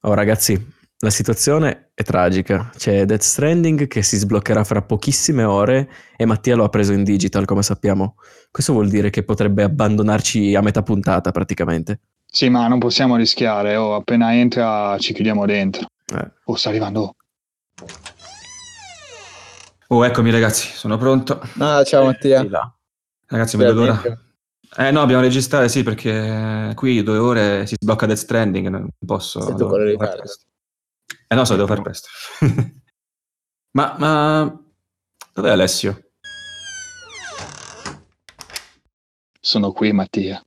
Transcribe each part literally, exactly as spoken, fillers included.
Oh ragazzi, la situazione è tragica. C'è Death Stranding che si sbloccherà fra pochissime ore e Mattia lo ha preso in digital, come sappiamo. Questo vuol dire che potrebbe abbandonarci a metà puntata praticamente. Sì, ma non possiamo rischiare. Oh, appena entra ci chiudiamo dentro. Eh. Oh, sta arrivando. Oh, eccomi ragazzi, sono pronto. Ah, ciao Mattia. Di là. Ragazzi, non vedo l'ora. Finalmente. Eh no, dobbiamo registrare, sì, perché qui due ore si sblocca Death Stranding, non posso... Se tu devo- quello devo devi fare fare. presto. Eh no, so, devo fare presto. ma, ma... Dov'è Alessio? Sono qui, Mattia.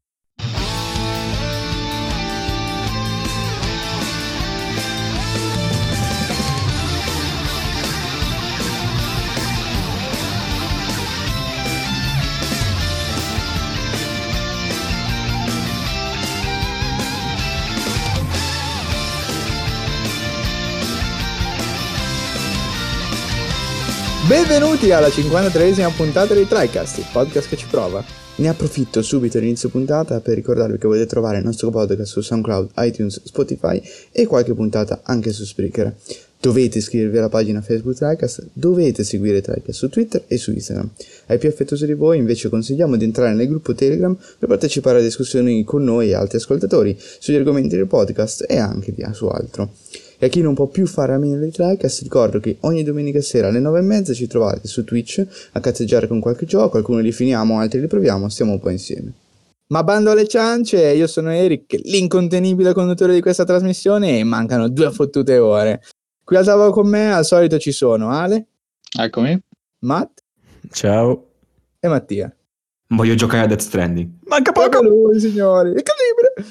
Benvenuti alla cinquantatreesima puntata di TriCast, il podcast che ci prova. Ne approfitto subito all'inizio puntata per ricordarvi che potete trovare il nostro podcast su SoundCloud, iTunes, Spotify e qualche puntata anche su Spreaker. Dovete iscrivervi alla pagina Facebook TriCast, dovete seguire TriCast su Twitter e su Instagram. Ai più affettuosi di voi invece consigliamo di entrare nel gruppo Telegram per partecipare a discussioni con noi e altri ascoltatori sugli argomenti del podcast e anche via su altro. E a chi non può più fare a meno di TriCast, ricordo che ogni domenica sera alle nove e mezza ci trovate su Twitch a cazzeggiare con qualche gioco, alcuni li finiamo, altri li proviamo, stiamo un po' insieme. Ma bando alle ciance, io sono Eric, l'incontenibile conduttore di questa trasmissione e mancano due fottute ore. Qui al tavolo con me al solito ci sono Ale, Eccomi. Matt Ciao. e Mattia. Voglio giocare a Death Stranding. Manca Proprio poco! lui, signori, incredibile!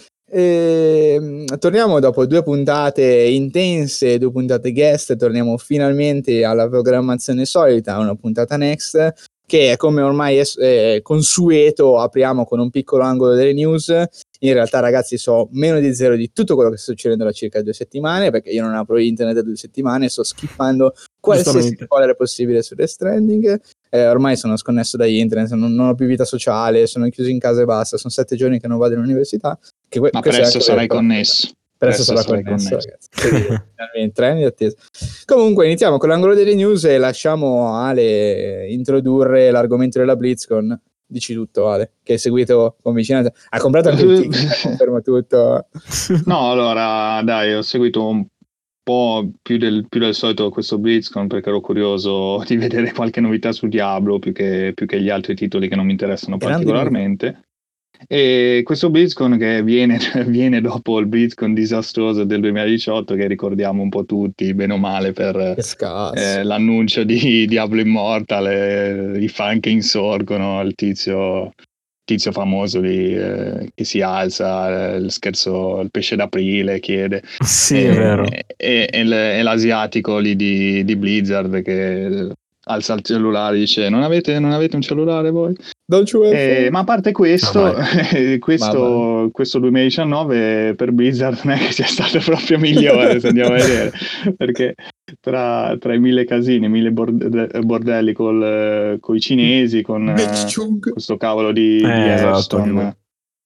E, mm, torniamo dopo due puntate intense, due puntate guest, torniamo finalmente alla programmazione solita, una puntata next, che è come ormai è, è consueto, apriamo con un piccolo angolo delle news. In realtà ragazzi so meno di zero di tutto quello che sta succedendo da circa due settimane, perché io non apro internet da due settimane, sto skippando qualsiasi Giustamente. spoiler possibile su Death Stranding. Eh, ormai sono sconnesso da internet, non, non ho più vita sociale, sono chiuso in casa e basta, sono sette giorni che non vado all'università. Che que- Ma questo è presto anche sarai vero, connesso. Presto sarà sarai connesso, ragazzi. Finalmente, tre anni di attesa. Comunque iniziamo con l'angolo delle news e lasciamo Ale introdurre l'argomento della BlizzCon. Dici tutto Ale, che hai seguito con vicinanza. Ha comprato anche il ticket, confermo tutto. No, allora, dai, ho seguito un po' più del, più del solito questo BlizzCon perché ero curioso di vedere qualche novità su Diablo più che, più che gli altri titoli che non mi interessano Grandi particolarmente. E questo BlizzCon che viene, viene dopo il BlizzCon disastroso del duemiladiciotto, che ricordiamo un po' tutti, bene o male, per Che scasso. eh, l'annuncio di Diablo Immortal, eh, i fan che insorgono, il tizio, tizio famoso lì, eh, che si alza, eh, il scherzo, il pesce d'aprile chiede, Sì, e, è vero. e, e l- e l'asiatico lì di, di Blizzard che alza il cellulare e dice non avete, non avete un cellulare voi? Don't you have Eh, ma a parte questo, Mamma questo, questo duemiladiciannove per Blizzard non è che sia stato proprio migliore, se andiamo a vedere, perché tra, tra i mille casini, mille borde- bordelli col, con i cinesi, con eh, questo cavolo di, Eh, di esatto, Hearthstone, anche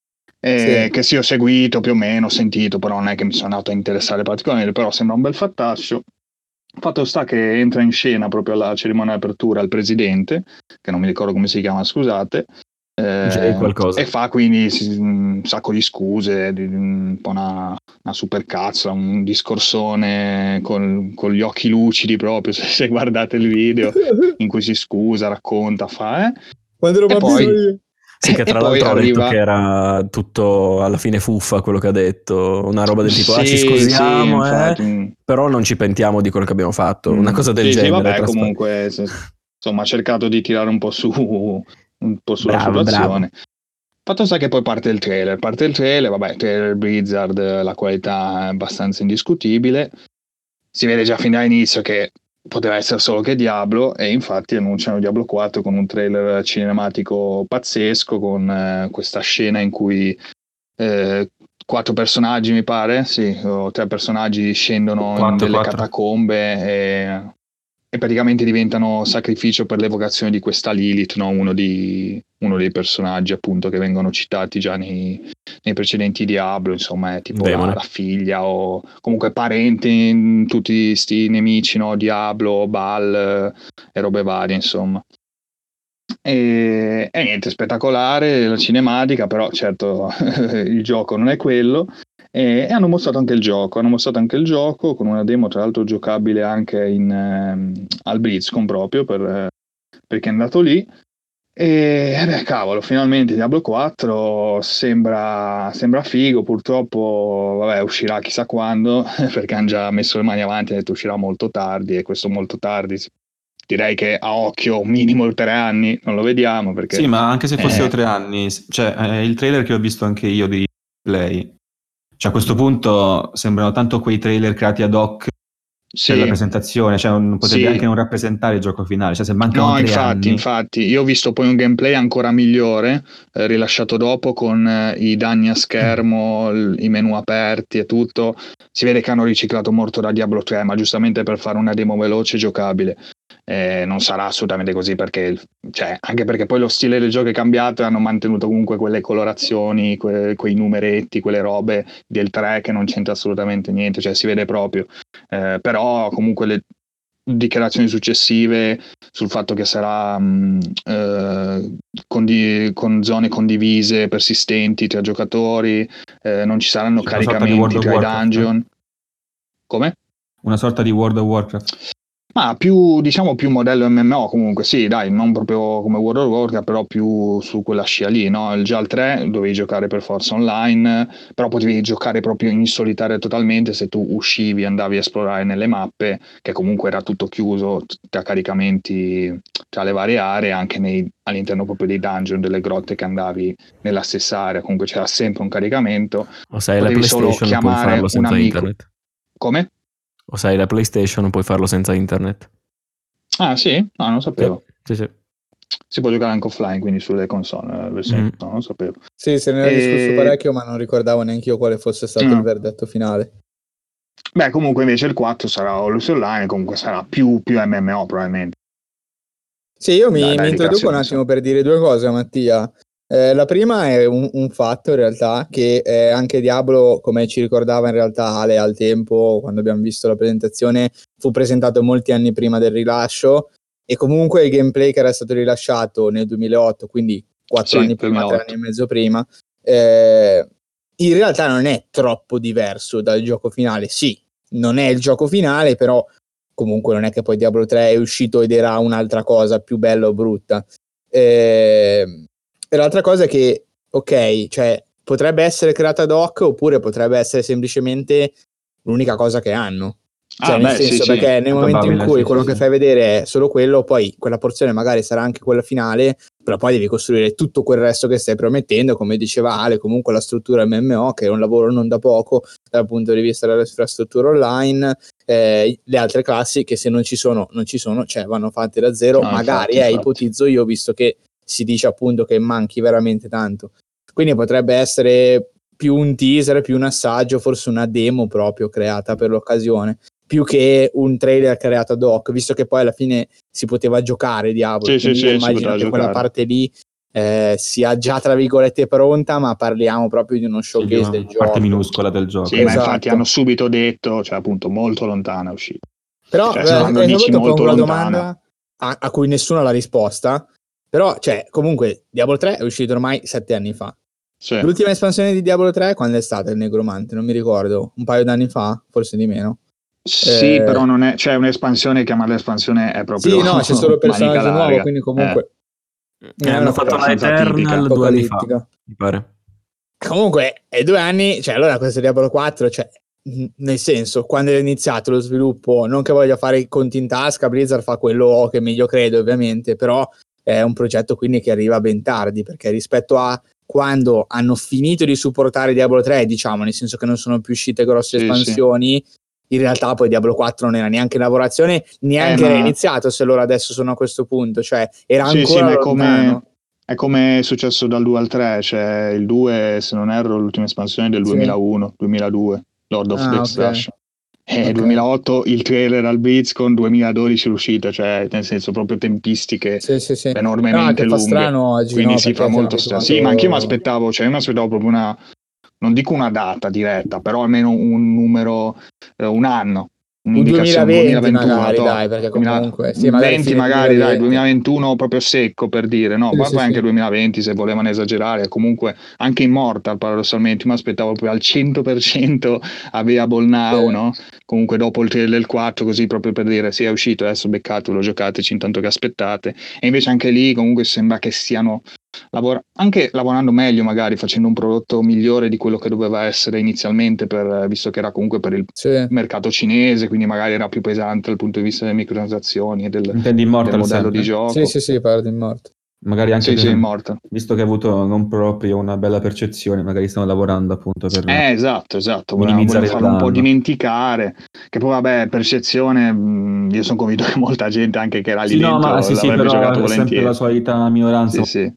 eh, Sì. che sì ho seguito più o meno, ho sentito, però non è che mi sono andato a interessare particolarmente, però sembra un bel fattaccio. Fatto sta che entra in scena proprio alla cerimonia di apertura il presidente, che non mi ricordo come si chiama, scusate, eh, Jay qualcosa. e fa quindi si- un sacco di scuse, di- un po' una, una supercazzola, un discorsone con, con gli occhi lucidi proprio, se, se guardate il video, in cui si scusa, racconta, fa, eh. Quando ero E bambino poi- io. Sì, che e tra poi l'altro ha detto arriva- che era tutto alla fine fuffa quello che ha detto, una roba del tipo, ah ci Sì, scusiamo, sì, eh, infatti, mm. però non ci pentiamo di quello che abbiamo fatto, una Mm, cosa del sì, genere. sì, vabbè, traspa- comunque, se- insomma, ha cercato di tirare un po' su, un po' sulla Bravo, situazione. Fatto sta che poi parte il trailer, parte il trailer, vabbè, trailer Blizzard, la qualità è abbastanza indiscutibile, si vede già fin dall'inizio che poteva essere solo che Diablo, e infatti annunciano Diablo quattro con un trailer cinematico pazzesco, con eh, questa scena in cui eh, quattro personaggi, mi pare, sì, o tre personaggi scendono in Quattro, delle quattro. catacombe e e praticamente diventano sacrificio per l'evocazione di questa Lilith, no? uno, di, uno dei personaggi appunto che vengono citati già nei, nei precedenti Diablo, insomma è tipo la, la figlia o comunque parente in tutti sti nemici, no? Diablo, Baal e robe varie, insomma. E, e niente, spettacolare la cinematica, però certo il gioco non è quello. E, e hanno mostrato anche il gioco, hanno mostrato anche il gioco con una demo tra l'altro giocabile anche in, ehm, al BlizzCon proprio per, eh, perché è andato lì. E eh beh, cavolo, finalmente Diablo quattro sembra, sembra figo. Purtroppo vabbè, uscirà chissà quando perché hanno già messo le mani avanti e hanno detto uscirà molto tardi, e questo molto tardi direi che a occhio minimo tre anni non lo vediamo, perché sì, ma anche se fossero eh, tre anni, cioè eh, il trailer che ho visto anche io di Play, cioè a questo punto sembrano tanto quei trailer creati ad hoc sì, per la presentazione, cioè non potrebbe sì. anche non rappresentare il gioco finale, cioè se mancano No, tre infatti, anni. infatti, io ho visto poi un gameplay ancora migliore, eh, rilasciato dopo con eh, i danni a schermo, l- i menu aperti e tutto. Si vede che hanno riciclato molto da Diablo tre, ma giustamente per fare una demo veloce e giocabile. Eh, non sarà assolutamente così, perché, cioè, anche perché poi lo stile del gioco è cambiato e hanno mantenuto comunque quelle colorazioni, que- quei numeretti, quelle robe del tre che non c'entra assolutamente niente, cioè si vede proprio. Eh, però comunque le dichiarazioni successive sul fatto che sarà mh, eh, condi- con zone condivise persistenti tra giocatori, eh, non ci saranno Una sorta di World caricamenti of tra i Warcraft. dungeon. Come? Una sorta di World of Warcraft. Ma più, diciamo, più modello M M O comunque, sì, dai, non proprio come World of Warcraft, però più su quella scia lì, no? Il- Già il tre dovevi giocare per forza online, però potevi giocare proprio in solitario totalmente se tu uscivi, andavi a esplorare nelle mappe, che comunque era tutto chiuso tra caricamenti tra le varie aree, anche nei, all'interno proprio dei dungeon, delle grotte che andavi nella stessa area, comunque c'era sempre un caricamento. O se hai la Potevi solo PlayStation puoi chiamare farlo un senza amico. internet. Come? O se hai la PlayStation puoi farlo senza internet. Ah sì? No, non sapevo. Sì, sì. Si può giocare anche offline, quindi sulle console, la versione Mm. no, non sapevo. Sì, se ne era E- discusso parecchio, ma non ricordavo neanche io quale fosse stato No. il verdetto finale. Beh, comunque invece il quattro sarà always online, comunque sarà più, più M M O probabilmente. Sì, io mi, Da- mi dalle introduco un dichiarazioni, attimo per dire due cose, Mattia. Eh, la prima è un, un fatto in realtà che eh, anche Diablo, come ci ricordava in realtà Ale al tempo, quando abbiamo visto la presentazione, fu presentato molti anni prima del rilascio, e comunque il gameplay che era stato rilasciato nel duemilaotto, quindi quattro Sì, anni prima, tre duemilaotto. anni e mezzo prima, eh, in realtà non è troppo diverso dal gioco finale. Sì, non è il gioco finale, però comunque non è che poi Diablo tre è uscito ed era un'altra cosa più bella o brutta. E, e l'altra cosa è che, ok, cioè potrebbe essere creata ad hoc oppure potrebbe essere semplicemente l'unica cosa che hanno. Cioè, Ah, nel beh, sì, senso, sì. perché nel momento in probabile, cui sì, quello sì, che sì. fai vedere è solo quello, poi quella porzione magari sarà anche quella finale, però poi devi costruire tutto quel resto che stai promettendo, come diceva Ale, comunque la struttura M M O, che è un lavoro non da poco dal punto di vista dell'infrastruttura online, eh, le altre classi che se non ci sono, non ci sono, cioè vanno fatte da zero, No, magari, infatti, eh, infatti. ipotizzo io, visto che si dice appunto che manchi veramente tanto. Quindi potrebbe essere più un teaser, più un assaggio, forse una demo proprio creata per l'occasione, più che un trailer creato ad hoc, visto che poi alla fine si poteva giocare Diablo, Sì, quindi sì, io sì, si immagino potrà che quella giocare. parte lì eh, sia già tra virgolette pronta, ma parliamo proprio di uno Sì, di showcase una del gioco. parte minuscola del gioco. Sì, ma Esatto. infatti hanno subito detto, cioè appunto molto lontana è uscita. Però Cioè, eh, quando eh, dici stavolta molto pongo la lontana, domanda a, a cui nessuno ha la risposta, però cioè comunque Diablo tre è uscito ormai sette anni fa. sì. L'ultima espansione di Diablo tre quando è stata il Negromante? Non mi ricordo, un paio d'anni fa, forse di meno. Sì, Eh, però non è, cioè un'espansione, chiamarla espansione è proprio Sì, no, c'è solo il manica personaggio nuovo, larga. quindi Eh, comunque Eh, non è hanno una fatto cosa la abbastanza Eternal tipica. due anni fa, apocalittica. mi pare. Comunque, è due anni, cioè allora questo Diablo quattro, cioè, mh, nel senso, quando è iniziato lo sviluppo, non che voglia fare i conti in tasca, Blizzard fa quello che meglio crede ovviamente, però è un progetto quindi che arriva ben tardi, perché rispetto a quando hanno finito di supportare Diablo tre, diciamo, nel senso che non sono più uscite grosse Sì, espansioni, in realtà poi Diablo quattro non era neanche in lavorazione, neanche Eh, era ma- iniziato, se loro adesso sono a questo punto, cioè era Sì, sì, ancora ma è lontano. come, è come è successo dal due al tre, cioè il due, se non erro, l'ultima espansione del Sì. duemilauno, duemiladue, Lord of Ah, ok. Destruction. E Ok. duemilaotto il trailer al BlizzCon, duemiladodici l'uscita, cioè nel senso proprio tempistiche Sì, sì, sì. No, enormemente che fa lunghe. strano oggi, Quindi no? si Perché fa siamo molto strano. Sì, ma anch'io mi abituato... aspettavo, cioè io mi aspettavo proprio una, non dico una data diretta, però almeno un numero, eh, un anno, Un un'indicazione, duemilaventi duemilaventuno, magari, to, dai, perché comunque... Sì, magari duemilaventi fine magari, dai, duemilaventi. duemilaventuno proprio secco per dire, no, Sì, ma sì, poi anche sì. duemilaventi se volevano esagerare, comunque anche Immortal paradossalmente, io mi aspettavo proprio al cento per cento available now, Sì. no? Comunque dopo il trailer del quattro, così proprio per dire sì è uscito, adesso beccatelo, giocateci intanto che aspettate, e invece anche lì comunque sembra che stiano lavora- anche lavorando meglio magari, facendo un prodotto migliore di quello che doveva essere inizialmente, per, visto che era comunque per il Sì. mercato cinese, quindi magari era più pesante dal punto di vista delle microtransazioni e del, Intendi del Immortal modello sempre? di gioco. Sì, sì, sì, parlo di morto. Magari anche Sì, sì, per- Immortal. visto che ha avuto non proprio una bella percezione, magari stanno lavorando appunto per Eh, esatto, esatto, volevano, minimizzare volevano il farlo un po' danno. dimenticare, che poi vabbè, percezione, mh, io sono convinto che molta gente anche che era lì Sì, no, ma dentro sì, sì, l'avrebbe però giocato è sempre la volentieri. solita minoranza. Sì, sì,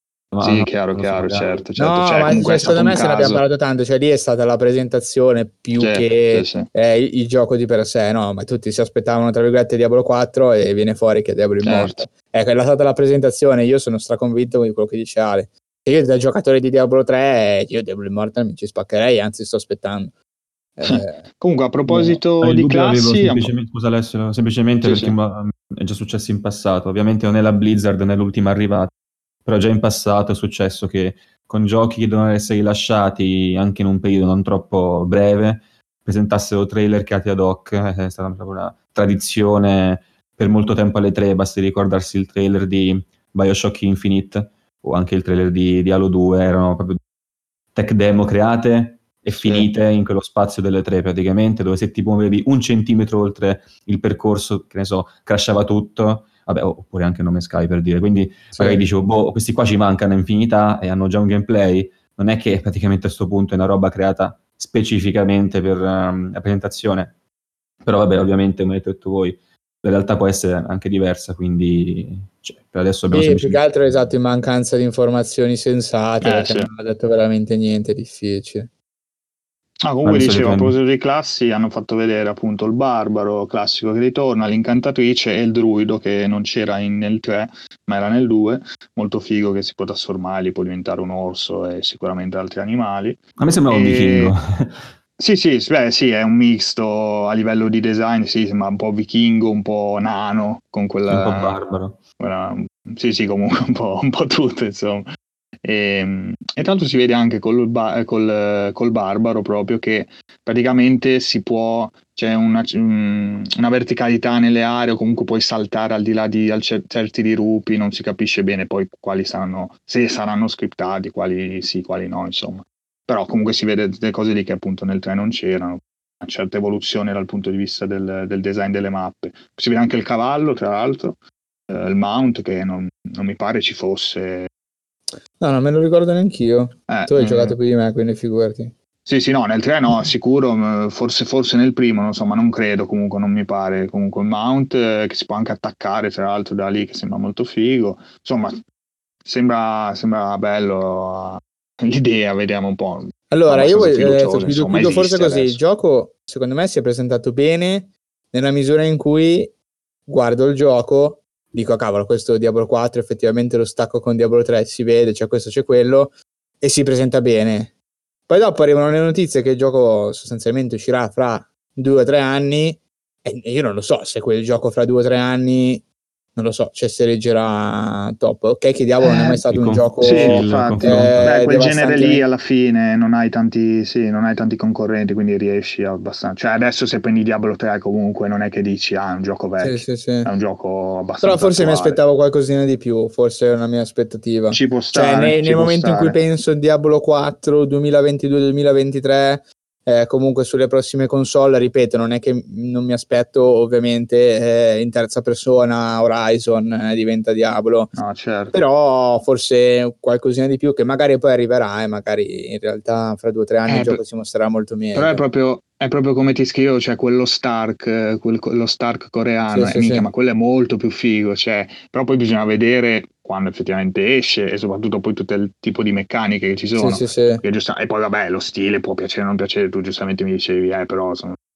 Ma sì, no, chiaro, non lo so, chiaro, magari. certo, certo, No, cioè ma comunque cioè, è stato secondo un me se ne abbiamo caso. parlato tanto, cioè lì è stata la presentazione più Sì, che sì, sì. eh, il, il gioco di per sé, no? Ma tutti si aspettavano tra virgolette Diablo quattro e viene fuori che è Diablo Immortal. Certo. Ecco, è stata la presentazione, io sono straconvinto di quello che dice Ale. E io da giocatore di Diablo tre, io Diablo Immortal mi ci spaccherei, anzi sto aspettando. Eh, Comunque, a No, proposito il di dubbio l'avevo classi, un po'- semplicemente, scusa Alessio, semplicemente sì, perché sì. ma- è già successo in passato. Ovviamente non è la Blizzard, non è l'ultima arrivata, però già in passato è successo che con giochi che devono essere rilasciati anche in un periodo non troppo breve, presentassero trailer creati ad hoc. Eh, È stata proprio una tradizione per molto tempo alle tre, basti ricordarsi il trailer di BioShock Infinite o anche il trailer di, di Halo due, erano proprio tech demo create e Sì. finite in quello spazio delle tre praticamente, dove se ti muovevi un centimetro oltre il percorso, che ne so, crashava tutto, vabbè, oppure anche Nome Sky per dire, quindi sì. magari dicevo, boh, questi qua ci mancano infinità e hanno già un gameplay, non è che praticamente a questo punto è una roba creata specificamente per um, la presentazione, però vabbè, ovviamente come avete detto voi, la realtà può essere anche diversa, quindi cioè, per adesso abbiamo Sì, più che semplicemente... altro esatto, in mancanza di informazioni sensate, Eh, perché sì. non ha detto veramente niente, è difficile. Ah, comunque Adesso dicevo, a riprendi. proposito di classi, hanno fatto vedere appunto il barbaro classico che ritorna, l'incantatrice e il druido che non c'era in- nel tre, ma era nel due, molto figo, che si può trasformare, lì può diventare un orso e sicuramente altri animali. A me sembrava un vichingo. E... Sì, sì, beh, sì, è un misto a livello di design, sì, sembra un po' vichingo, un po' nano, con Sì, un po' quella... barbaro. quella- Sì, sì, comunque un po', un po' tutto, insomma. E, e tra l'altro si vede anche col, ba- col, col barbaro proprio che praticamente si può, c'è una, mm, una verticalità nelle aree, o comunque puoi saltare al di là di al cer- certi dirupi, non si capisce bene poi quali saranno, se saranno scriptati, quali sì, quali no, insomma. Però comunque si vede delle cose lì che appunto nel tre non c'erano, una certa evoluzione dal punto di vista del, del design delle mappe. Si vede anche il cavallo, tra l'altro, eh, il mount, che non, non mi pare ci fosse. No, non me lo ricordo neanch'io. Eh, Tu hai mm, giocato più di me, quindi figurati. sì, sì, no, nel tre no, sicuro, mh, forse, forse nel primo, non so, ma non credo, comunque non mi pare. Comunque il mount, eh, che si può anche attaccare, tra l'altro, da lì, che sembra molto figo. Insomma, sembra, sembra bello, eh, l'idea, vediamo un po'. Allora, io Abbastanza eh, fiducioso, vi insomma, chiudo forse esiste così. Il adesso. gioco, secondo me, si è presentato bene nella misura in cui guardo il gioco, dico, cavolo, questo Diablo quattro, effettivamente lo stacco con Diablo tre, si vede, c'è questo, c'è quello, e si presenta bene. Poi dopo arrivano le notizie che il gioco sostanzialmente uscirà fra due o tre anni, e io non lo so se quel gioco fra due o tre anni, non lo so, cioè si reggerà top. Ok, che Diablo non è mai Eh, stato Il un conf- gioco Sì, il infatti. confronto. Beh, eh, quel genere lì devastantemente... alla fine non hai tanti, sì, non hai tanti concorrenti, quindi riesci abbastanza. Cioè, adesso se prendi Diablo tre comunque non è che dici, ah, è un gioco Sì, vecchio, sì, sì. è un gioco Però abbastanza forse mi attuale. aspettavo qualcosina di più, forse è una mia aspettativa. Ci può Cioè, stare, ne- ci nel può momento in cui stare. penso a Diablo quattro duemilaventidue duemilaventitré, eh, comunque sulle prossime console, ripeto, non è che non mi aspetto ovviamente eh, in terza persona Horizon eh, diventa Diablo, No, certo. però forse qualcosina di più che magari poi arriverà e magari in realtà fra due o tre anni Eh, il gioco per- si mostrerà molto Però è meglio. proprio, è proprio come ti scrivo, cioè quello Stark, eh, quel- lo Stark coreano, Sì, e sì, minchia, sì. ma quello è molto più figo, cioè, però poi bisogna vedere quando effettivamente esce e soprattutto poi tutto il tipo di meccaniche che ci Sì, sono. sì, sì. Perché giusta- e poi vabbè, lo stile può piacere o non piacere, tu giustamente mi dicevi, eh, però sono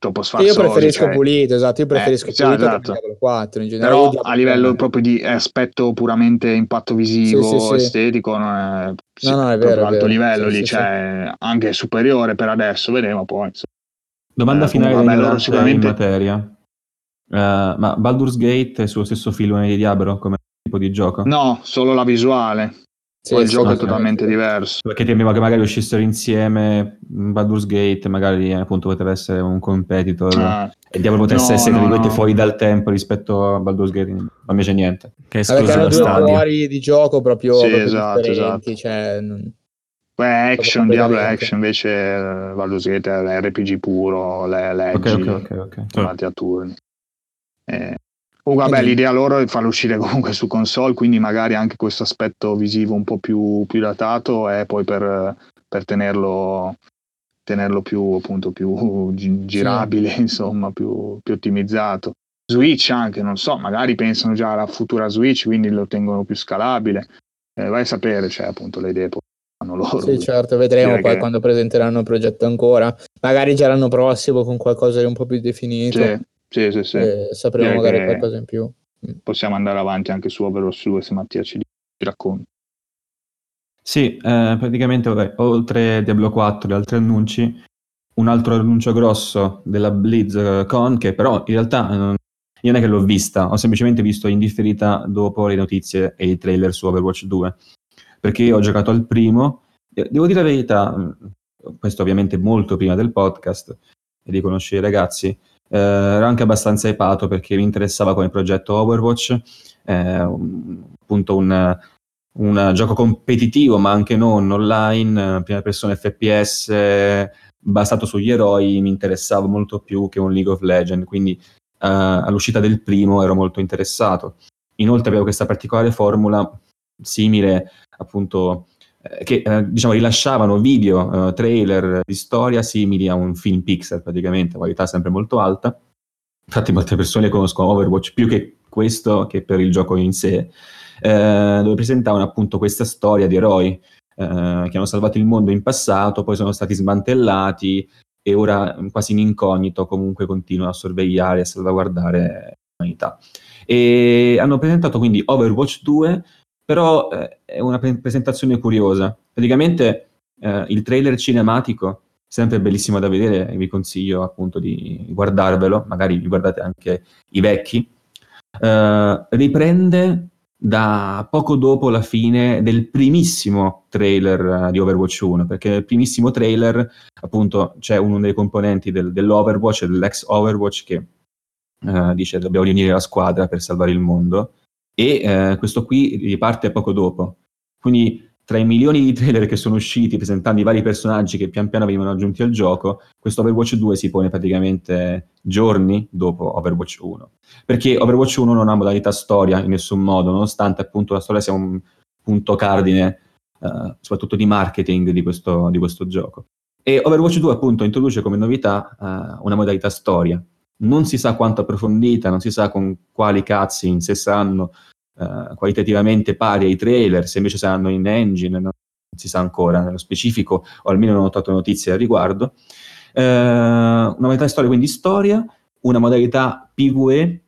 troppo Io sfarzosi. preferisco cioè, pulito, esatto, io preferisco eh, sì, pulito esatto. che Diablo quattro in generale. o Però Diablo a livello tre. proprio di aspetto puramente impatto visivo, Sì, sì, sì. estetico, non è, sì, No, no, è proprio vero, è alto vero. livello Sì, lì, sì, cioè anche superiore per adesso, vedremo poi. insomma. Domanda Eh, finale comunque, da vabbè, loro ignorante in sicuramente materia. Eh, ma Baldur's Gate è sullo stesso filone di Diablo come tipo di gioco? no, solo la visuale. Poi Sì, il sì, gioco è Ok. totalmente sì. diverso. Perché temevo che magari uscissero insieme mh, Baldur's Gate, magari eh, appunto poteva essere un competitor Ah, e Diablo potesse no, essere tra no, virgolette no. fuori dal tempo rispetto a Baldur's Gate, non invece niente. Che è Ma perché escluso hanno da due No, Stadia. cuori di gioco proprio, Sì, proprio esatto, differenti, esatto. cioè, non- Poi è proprio action, Diablo è completamente. action, invece eh, Baldur's Gate è R P G puro, le Ok, leggi, ok, ok, ok. chiamati a turni. Eh, comunque, E vabbè, niente. l'idea loro è farlo uscire comunque su console, quindi magari anche questo aspetto visivo un po' più, più datato è poi per, per tenerlo, tenerlo più, appunto, più gi- girabile, insomma, più, più ottimizzato. Switch anche, non so, magari pensano già alla futura Switch, quindi lo tengono più scalabile. Eh, vai a sapere, cioè appunto le idee poi fanno loro. Sì, certo, vedremo Direi poi che quando presenteranno il progetto ancora. Magari già l'anno prossimo con qualcosa di un po' più definito. sì, sì, sì, sì. eh, sapremo Direi magari che qualcosa in più. Mm. possiamo andare avanti anche su Overwatch due se Mattia ci ci racconta. Sì, eh, praticamente vabbè, oltre Diablo quattro e altri annunci, un altro annuncio grosso della BlizzCon, che però in realtà non, io non è che l'ho vista, ho semplicemente visto in differita dopo le notizie e i trailer su Overwatch due, perché io ho giocato al primo, e devo dire la verità, mh, questo ovviamente molto prima del podcast e di conoscere i ragazzi, eh, ero anche abbastanza hypato perché mi interessava come progetto Overwatch, eh, un- appunto un un gioco competitivo ma anche non online, prima persona F P S eh, basato sugli eroi, mi interessava molto più che un League of Legends, quindi eh, all'uscita del primo ero molto interessato. Inoltre avevo questa particolare formula simile appunto eh, che eh, diciamo rilasciavano video, eh, trailer di storia simili a un film Pixar praticamente, qualità sempre molto alta. Infatti molte persone conoscono Overwatch più che questo che per il gioco in sé, eh, dove presentavano appunto questa storia di eroi eh, che hanno salvato il mondo in passato, poi sono stati smantellati e ora quasi in incognito comunque continuano a sorvegliare e a salvaguardare l'umanità. E hanno presentato quindi Overwatch due, però eh, è una pre- presentazione curiosa. Praticamente eh, il trailer cinematico, sempre bellissimo da vedere, vi consiglio appunto di guardarvelo, magari vi guardate anche i vecchi, eh, riprende da poco dopo la fine del primissimo trailer eh, di Overwatch uno, perché nel primissimo trailer appunto c'è uno dei componenti del, dell'Overwatch, dell'ex Overwatch, che eh, dice dobbiamo riunire la squadra per salvare il mondo, e eh, questo qui riparte poco dopo. Quindi tra i milioni di trailer che sono usciti presentando i vari personaggi che pian piano venivano aggiunti al gioco, questo Overwatch due si pone praticamente giorni dopo Overwatch uno. Perché Overwatch uno non ha modalità storia in nessun modo, nonostante appunto la storia sia un punto cardine, eh, soprattutto di marketing di questo, di questo gioco. E Overwatch due appunto introduce come novità eh, una modalità storia. Non si sa quanto approfondita, non si sa con quali cutscene, se saranno eh, qualitativamente pari ai trailer, se invece saranno in engine, non si sa ancora nello specifico, o almeno non ho notato notizie al riguardo. Eh, una modalità di storia, quindi storia, una modalità PvE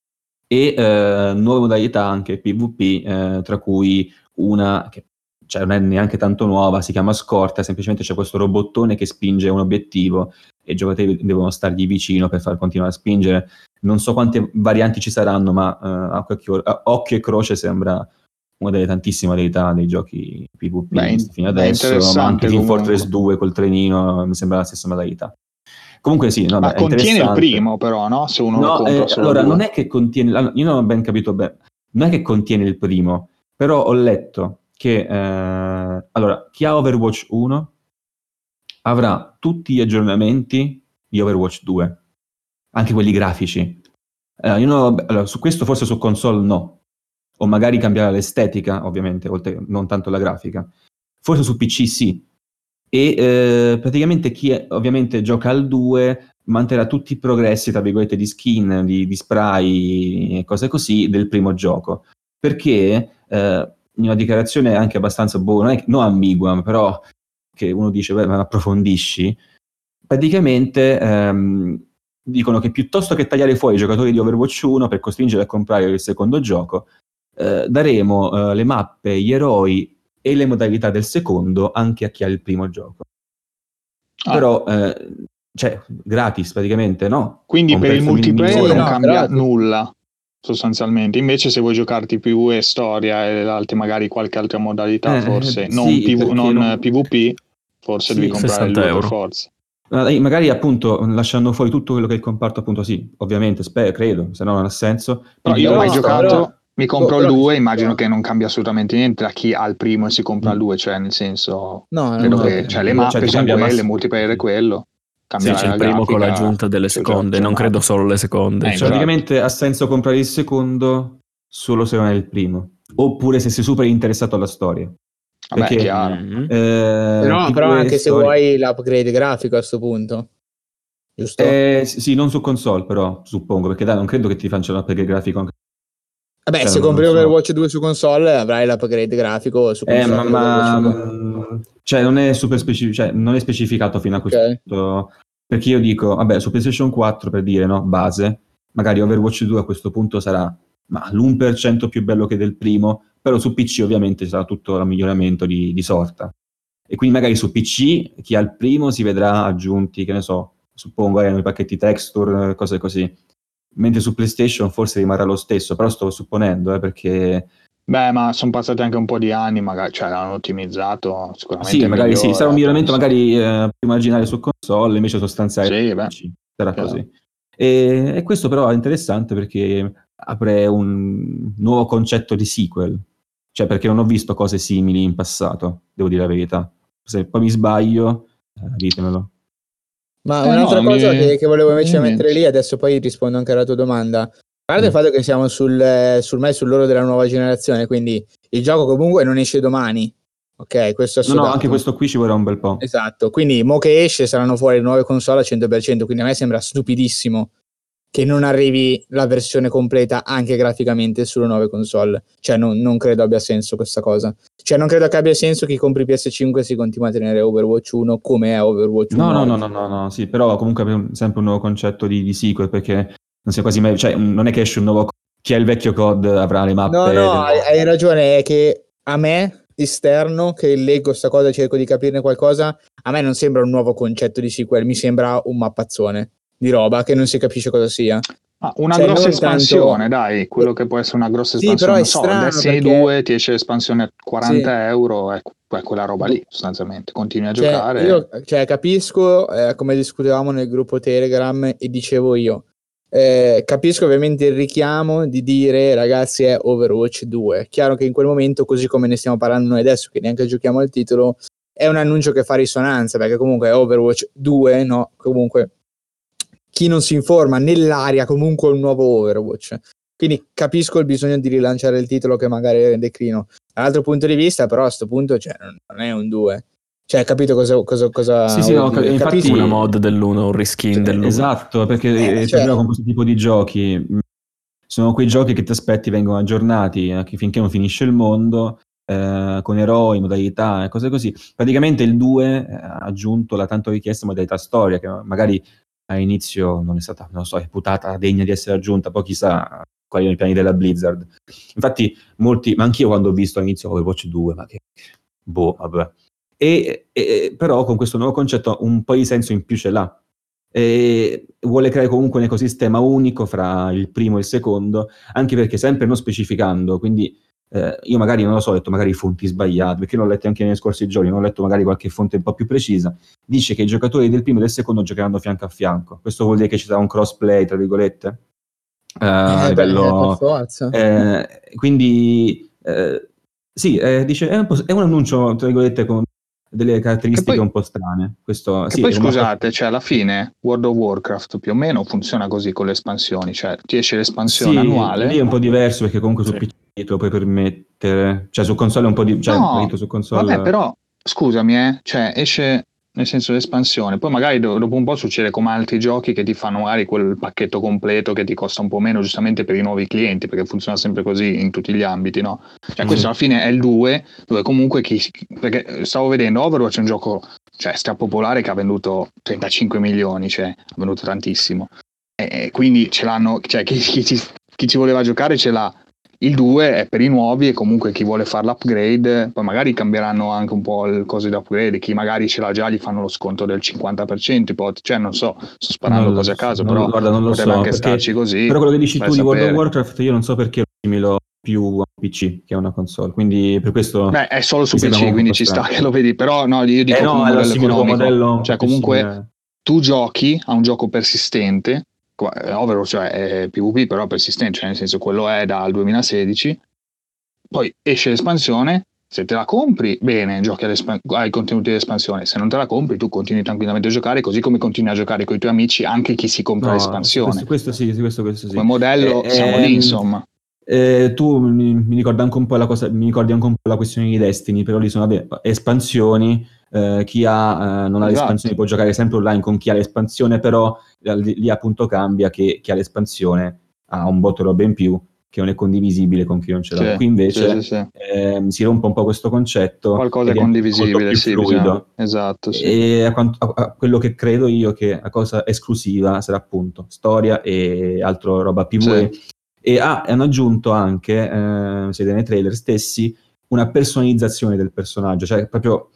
e eh, nuove modalità anche PvP, eh, tra cui una che cioè, non è neanche tanto nuova, si chiama Scorta, semplicemente c'è questo robottone che spinge un obiettivo e i giocatori devono stargli vicino per far continuare a spingere. Non so quante varianti ci saranno, ma eh, a occhio, a occhio e croce sembra una delle tantissime modalità dei giochi PvP Beh, visti fino beh, adesso, ma anche interessante Team Fortress comunque. due col trenino mi sembra la stessa modalità. Comunque sì, no, Ma beh, è contiene il interessante. primo però, no? Se uno lo No, compra eh, solo allora non due. è che contiene, allora, io non ho ben capito bene, non è che contiene il primo, però ho letto che eh, allora, chi ha Overwatch uno avrà tutti gli aggiornamenti di Overwatch due, anche quelli grafici. Eh, io non ho- allora, su questo forse su console no, o magari cambiare l'estetica, ovviamente, oltre non tanto la grafica. Forse su P C sì. E eh, praticamente chi è- ovviamente gioca al due manterrà tutti i progressi, tra virgolette, di skin, di, di spray e cose così del primo gioco. Perché eh, in una dichiarazione anche abbastanza buona, non, è- non ambigua, però che uno dice, beh, ma approfondisci, praticamente ehm, dicono che piuttosto che tagliare fuori i giocatori di Overwatch uno per costringere a comprare il secondo gioco, eh, daremo eh, le mappe, gli eroi e le modalità del secondo anche a chi ha il primo gioco. Ah. Però, eh, cioè, gratis praticamente, no? Quindi Con per il multiplayer minore. non no, cambia gratis. nulla, sostanzialmente. Invece se vuoi giocarti PvE, storia e altre magari qualche altra modalità, Eh, forse, sì, non, PV, perché non non- PvP, forse Sì, devi comprare il sessanta due per euro. forza. Eh, Magari appunto lasciando fuori tutto quello che è il comparto, appunto sì, ovviamente, spero, credo, se no non ha senso. Però Il io ho mai livello di giocato, storia- mi compro Boh, il però- due, immagino che non cambia assolutamente niente da chi ha il primo e si compra il Mm. due, cioè nel senso, No, credo no, che no, cioè, le cioè, mappe ti sono cambia quelle, il massimo- multiplayer è sì. quello, cambia Sì, c'è la il primo con grafica, l'aggiunta delle cioè, seconde, cioè, non ma- credo solo le seconde. Eh, cioè. esatto. Praticamente ha senso comprare il secondo solo se non è il primo, oppure se sei super interessato alla storia. Vabbè, è Perché chiaro. Mm. eh, però, PvE però anche se storia- vuoi l'upgrade grafico a sto punto, giusto? Eh, sì, sì, non su console però, suppongo, perché dai, non credo che ti facciano upgrade grafico anche. Vabbè, cioè, se non- compri non so. Overwatch due su console avrai l'upgrade grafico su Eh, console ma, di Overwatch ma- due. cioè, non è super specifico, cioè, non è specificato fino a questo Ok. punto. Perché io dico, vabbè, su PlayStation quattro per dire, no, base, magari Overwatch due a questo punto sarà ma l'uno per cento più bello che del primo, però su P C ovviamente sarà tutto il miglioramento di, di sorta. E quindi magari su P C chi ha il primo si vedrà aggiunti, che ne so, suppongo erano i pacchetti texture, cose così. Mentre su PlayStation forse rimarrà lo stesso, però sto supponendo, eh, perché Beh, ma sono passati anche un po' di anni, magari, cioè l'hanno ottimizzato, sicuramente sì, è magari sì, sarà un migliore, miglioramento penso. magari eh, più marginale su console, invece sostanziale Sì, su beh, P C. Sarà chiaro. così. E, e questo però è interessante perché apre un nuovo concetto di sequel, cioè perché non ho visto cose simili in passato, devo dire la verità. Se poi mi sbaglio, eh, ditemelo. Ma Eh, un'altra no, cosa mi- che, che volevo mi invece viene in mettere mente. lì, adesso poi rispondo anche alla tua domanda. A parte il Mm. fatto che siamo sul, eh, sul me sull'oro della nuova generazione, quindi il gioco comunque non esce domani. Ok, questo è No, no, assodato. anche questo qui ci vorrà un bel po'. Esatto, quindi mo che esce saranno fuori nuove console al cento per cento, quindi a me sembra stupidissimo che non arrivi la versione completa anche graficamente sulle nuove console. Cioè non, non credo abbia senso questa cosa. Cioè non credo che abbia senso che compri P S cinque e si continua a tenere Overwatch uno come è Overwatch uno. No, no, no, oggi. no, no, no, sì, però comunque è sempre un nuovo concetto di, di sequel, perché non si è quasi mai, cioè non è che esce un nuovo, co- chi ha il vecchio C O D avrà le mappe No, del no, hai, hai ragione, è che a me, esterno, che leggo sta cosa e cerco di capirne qualcosa, a me non sembra un nuovo concetto di sequel, mi sembra un mappazzone di roba che non si capisce cosa sia. Ah, una Cioè, grossa non espansione, tanto- dai, quello che può essere una grossa Sì, però espansione. è Non so, strano Destiny perché- due ti esce l'espansione a quaranta Sì. euro, è, è quella roba lì, sostanzialmente. Continui a Cioè, giocare. io cioè, capisco, eh, come discutevamo nel gruppo Telegram e dicevo io, eh, capisco ovviamente il richiamo di dire ragazzi è Overwatch due. Chiaro che in quel momento, così come ne stiamo parlando noi adesso, che neanche giochiamo al titolo, è un annuncio che fa risonanza, perché comunque è Overwatch due, no? Comunque chi non si informa nell'aria comunque è un nuovo Overwatch. Quindi capisco il bisogno di rilanciare il titolo che magari è in declino. Dall'altro punto di vista, però, a questo punto cioè, non è un due. Cioè, capito cosa, cosa, cosa Sì, sì, vuol no, dire? infatti- Capisco- Una mod dell'uno, un reskin Cioè, dell'uno. esatto, perché Eh, il cioè- problema con questo tipo di giochi mh, sono quei giochi che ti aspetti vengono aggiornati anche finché non finisce il mondo, eh, con eroi, modalità e cose così. Praticamente il due eh, ha aggiunto la tanto richiesta modalità storia, che magari all'inizio non è stata, non so, reputata degna di essere aggiunta, poi chissà quali sono i piani della Blizzard. Infatti molti, ma anch'io quando ho visto all'inizio Overwatch due, ma che boh, vabbè. E, e, però con questo nuovo concetto un po' di senso in più ce l'ha. E vuole creare comunque un ecosistema unico fra il primo e il secondo, anche perché sempre non specificando, quindi eh, io magari non lo so, ho letto magari fonti sbagliate, perché l'ho letto anche nei scorsi giorni, non ho letto magari qualche fonte un po' più precisa, dice che i giocatori del primo e del secondo giocheranno fianco a fianco. Questo vuol dire che ci sarà un crossplay, tra virgolette, eh, a Eh, beh, livello... per forza. eh, quindi eh, sì, eh, dice, è un, po'- è un annuncio, tra virgolette, con delle caratteristiche Che poi- un po' strane. Questo, Che sì, poi è un mappa- scusate, cioè alla fine World of Warcraft più o meno funziona così con le espansioni, cioè ti esce l'espansione sì, annuale. lì è un po' diverso perché comunque su Sì. P C te lo puoi permettere, cioè su console è un po' di... cioè, No, capito, su console... vabbè, però scusami, eh, cioè esce nel senso l'espansione, poi magari do- dopo un po' succede come altri giochi che ti fanno magari quel pacchetto completo che ti costa un po' meno giustamente per i nuovi clienti, perché funziona sempre così in tutti gli ambiti, no? Cioè questo alla fine è il due, dove comunque chi, perché stavo vedendo Overwatch è un gioco cioè strapopolare che ha venduto trentacinque milioni, cioè ha venduto tantissimo. E quindi ce l'hanno, cioè chi, chi, ci, chi ci voleva giocare ce l'ha. Il due è per i nuovi e comunque chi vuole fare l'upgrade, poi magari cambieranno anche un po' le cose di upgrade, chi magari ce l'ha già gli fanno lo sconto del cinquanta per cento, cioè non so, sto sparando Non lo cose a so, caso, non però lo- guarda, non lo potrebbe so, anche perché- starci così. Però quello che dici vai tu a di World of sapere. Warcraft io non so perché lo similo più a un P C che a una console, quindi per questo Beh, è solo su mi P sembra C, un po' quindi ci sta strano. che lo vedi, però no, io dico Eh no, come è lo modello similo come economico, modello un cioè po' più comunque simile. tu giochi a un gioco persistente, qua- eh, Overwatch cioè è PvP però persistente, cioè nel senso quello è dal duemilasedici, poi esce l'espansione, se te la compri bene, giochi ai contenuti dell'espansione, se non te la compri tu continui tranquillamente a giocare, così come continui a giocare con i tuoi amici anche chi si compra No, l'espansione. questo, questo sì, questo, questo sì. Come modello Eh, siamo lì, ehm, insomma. Eh, tu mi, mi ricorda anche un po' la cosa, mi ricordi anche un po' la questione di Destiny, però lì sono vabbè, espansioni, eh, chi ha, eh, non ha Esatto. l'espansione può giocare sempre online con chi ha l'espansione, però eh, lì, lì appunto cambia che chi ha l'espansione ha un botto di roba in più che non è condivisibile con chi non ce l'ha. Sì, Qui invece sì, sì, sì. ehm, si rompe un po' questo concetto Qualcosa e è diventa molto condivisibile, più sì, fluido. bisogna- esatto, sì. E a quanto- a- a quello che credo io che la cosa esclusiva sarà appunto storia e altro roba PvE. Sì. E ah, hanno aggiunto anche, eh, si vede nei trailer stessi, una personalizzazione del personaggio, cioè proprio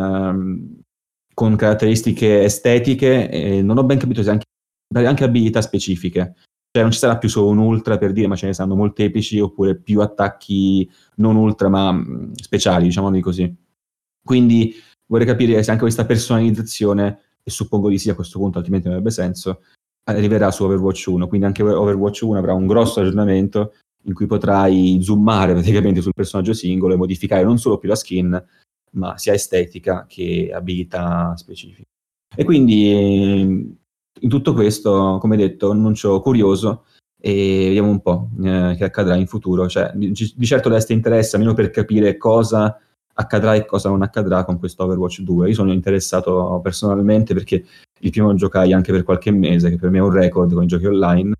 ehm, con caratteristiche estetiche, e non ho ben capito se anche, anche abilità specifiche. Cioè non ci sarà più solo un ultra per dire, ma ce ne saranno molteplici, oppure più attacchi non ultra, ma mh, speciali, diciamo di così. Quindi vorrei capire se anche questa personalizzazione, e suppongo di sì a questo punto, altrimenti non avrebbe senso, arriverà su Overwatch uno, quindi anche Overwatch uno avrà un grosso aggiornamento in cui potrai zoomare praticamente sul personaggio singolo e modificare non solo più la skin, ma sia estetica che abilità specifiche. E quindi in tutto questo, come detto, annuncio curioso e vediamo un po' eh, che accadrà in futuro. Cioè, di, di certo Destiny interessa, almeno per capire cosa accadrà e cosa non accadrà con questo Overwatch due. Io sono interessato personalmente perché il primo giocai anche per qualche mese, che per me è un record con i giochi online,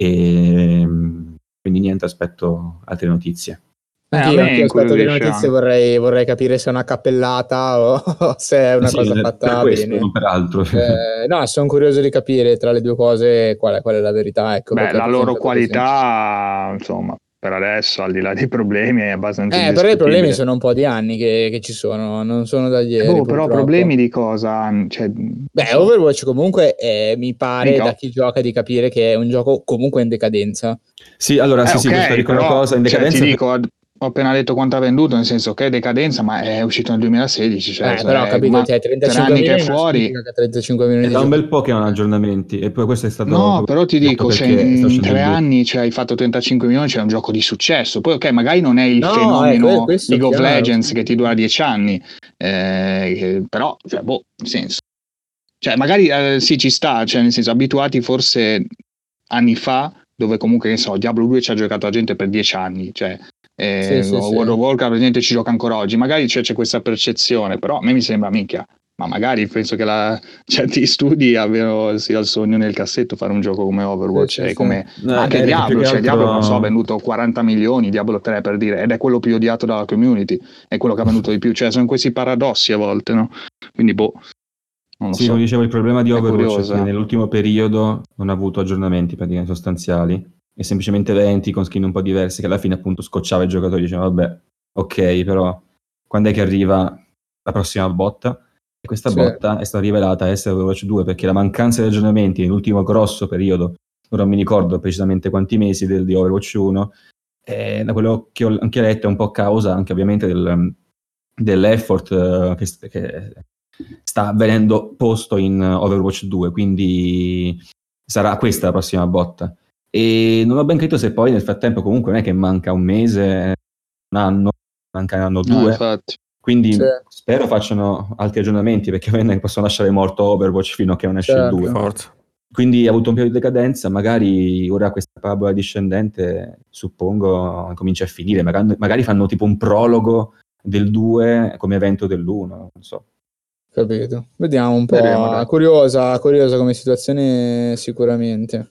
e quindi niente, aspetto altre notizie. Eh, a Anch'io, me anch'io aspetto delle incuriosisce notizie, anche. vorrei, vorrei capire se è una cappellata o se è una Sì, cosa per fatta questo, bene. non per altro. Eh, no, sono curioso di capire tra le due cose qual è, qual è la verità. Ecco, Beh, perché la loro presentato così. qualità, insomma, per adesso, al di là dei problemi, è abbastanza Eh, però i problemi indiscutibile. sono un po' di anni che, che ci sono, non sono da Eh, ieri, boh, però purtroppo. problemi di cosa? Cioè, non Beh, so. Overwatch comunque eh, mi pare Mica- da chi gioca di capire che è un gioco comunque in decadenza. Sì, allora, Eh, sì, sì, questa ok, dico una però, cosa in cioè, decadenza. ti dico, ho appena detto quanto ha venduto, nel senso che è decadenza, ma è uscito nel duemilasedici, cioè, Eh, però ho è- capito, ma cioè tre trentacinque anni che è milioni non fuori. significa che trentacinque milioni È di da un giochi. bel po' che non ha aggiornamenti, e poi questo è stato No, però ti detto dico, se perché sta in uscendo il tre due. anni cioè, hai fatto trentacinque milioni, c'è un gioco di successo. Poi, ok, magari non è il No, fenomeno ecco, questo League of chiaro, Legends sì. che ti dura dieci anni, eh, che- però, cioè, boh, nel senso. Cioè, magari eh, sì, ci sta, cioè, nel senso, abituati forse anni fa, dove comunque, che so, Diablo due ci ha giocato la gente per dieci anni, cioè, eh, Sì, sì, sì. World of Warcraft la gente ci gioca ancora oggi, magari c'è, c'è questa percezione, però a me mi sembra minchia. Ma magari penso che la, certi studi abbiano sia il sogno nel cassetto fare un gioco come Overwatch, Sì, sì, e sì. come, No, ma anche eh, più Diablo, che cioè Diablo non so, ha altro venduto quaranta milioni, Diablo tre per dire, ed è quello più odiato dalla community, è quello che ha venduto di più, cioè sono questi paradossi a volte, no? Quindi boh, non lo sì, so. come dicevo, il problema di È Overwatch è curiosa. che nell'ultimo periodo non ha avuto aggiornamenti praticamente sostanziali, e semplicemente eventi con skin un po' diverse che alla fine appunto scocciava i giocatori, diceva vabbè, ok, però quando è che arriva la prossima botta? E questa Sì. botta è stata rivelata essere Overwatch due, perché la mancanza di aggiornamenti nell'ultimo grosso periodo, ora non mi ricordo precisamente quanti mesi del, di Overwatch uno, eh, da quello che ho anche letto è un po' causa anche ovviamente del, dell'effort eh, che, che sta venendo posto in Overwatch due, quindi sarà questa la prossima botta. E non ho ben capito se poi nel frattempo comunque non è che manca un mese, un anno, manca un anno o No, due, infatti. quindi Sì. spero facciano altri aggiornamenti, perché non è che possono lasciare morto Overwatch fino a che non esce Certo. il due. Forza. Quindi ha avuto un periodo di decadenza, magari ora questa parabola discendente, suppongo, comincia a finire, magari, magari fanno tipo un prologo del due come evento dell'uno, non so. Capito. Vediamo un po'. Vedremo, dai. Curiosa, curiosa come situazione sicuramente.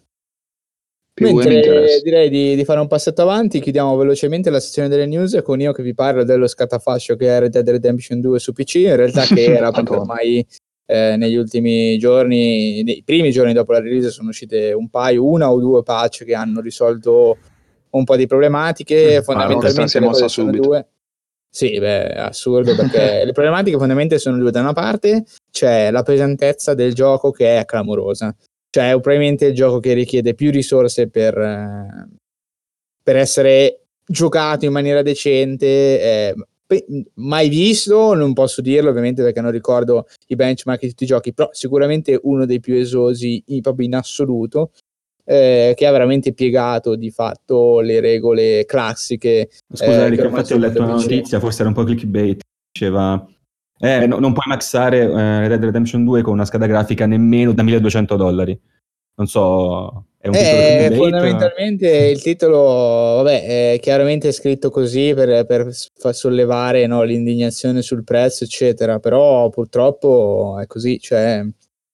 Più mi Mentre interessa. direi di, di fare un passetto avanti, chiudiamo velocemente la sezione delle news con io che vi parlo dello scatafascio che è Red Dead Redemption due su P C, in realtà che era perché Madonna. ormai eh, negli ultimi giorni, nei primi giorni dopo la release sono uscite un paio, una o due patch che hanno risolto un po' di problematiche, Mm, fondamentalmente ah, le cose subito. sono due. Sì, beh, è assurdo perché le problematiche fondamentalmente sono due. Da una parte c'è la pesantezza del gioco che è clamorosa, cioè è probabilmente il gioco che richiede più risorse per, eh, per essere giocato in maniera decente, eh, pe- mai visto, non posso dirlo ovviamente perché non ricordo i benchmark di tutti i giochi, però sicuramente uno dei più esosi in, proprio in assoluto, eh, che ha veramente piegato di fatto le regole classiche. Scusa eh, Eric, che ormai infatti ho sono letto una P C. notizia, forse era un po' clickbait, diceva eh, no- non puoi maxare eh, Red Dead Redemption due con una scheda grafica nemmeno da milleduecento dollari. Non so, è un titolo Eh, clickbait? fondamentalmente il titolo, vabbè, è chiaramente scritto così per, per far sollevare, no, l'indignazione sul prezzo, eccetera, però purtroppo è così, cioè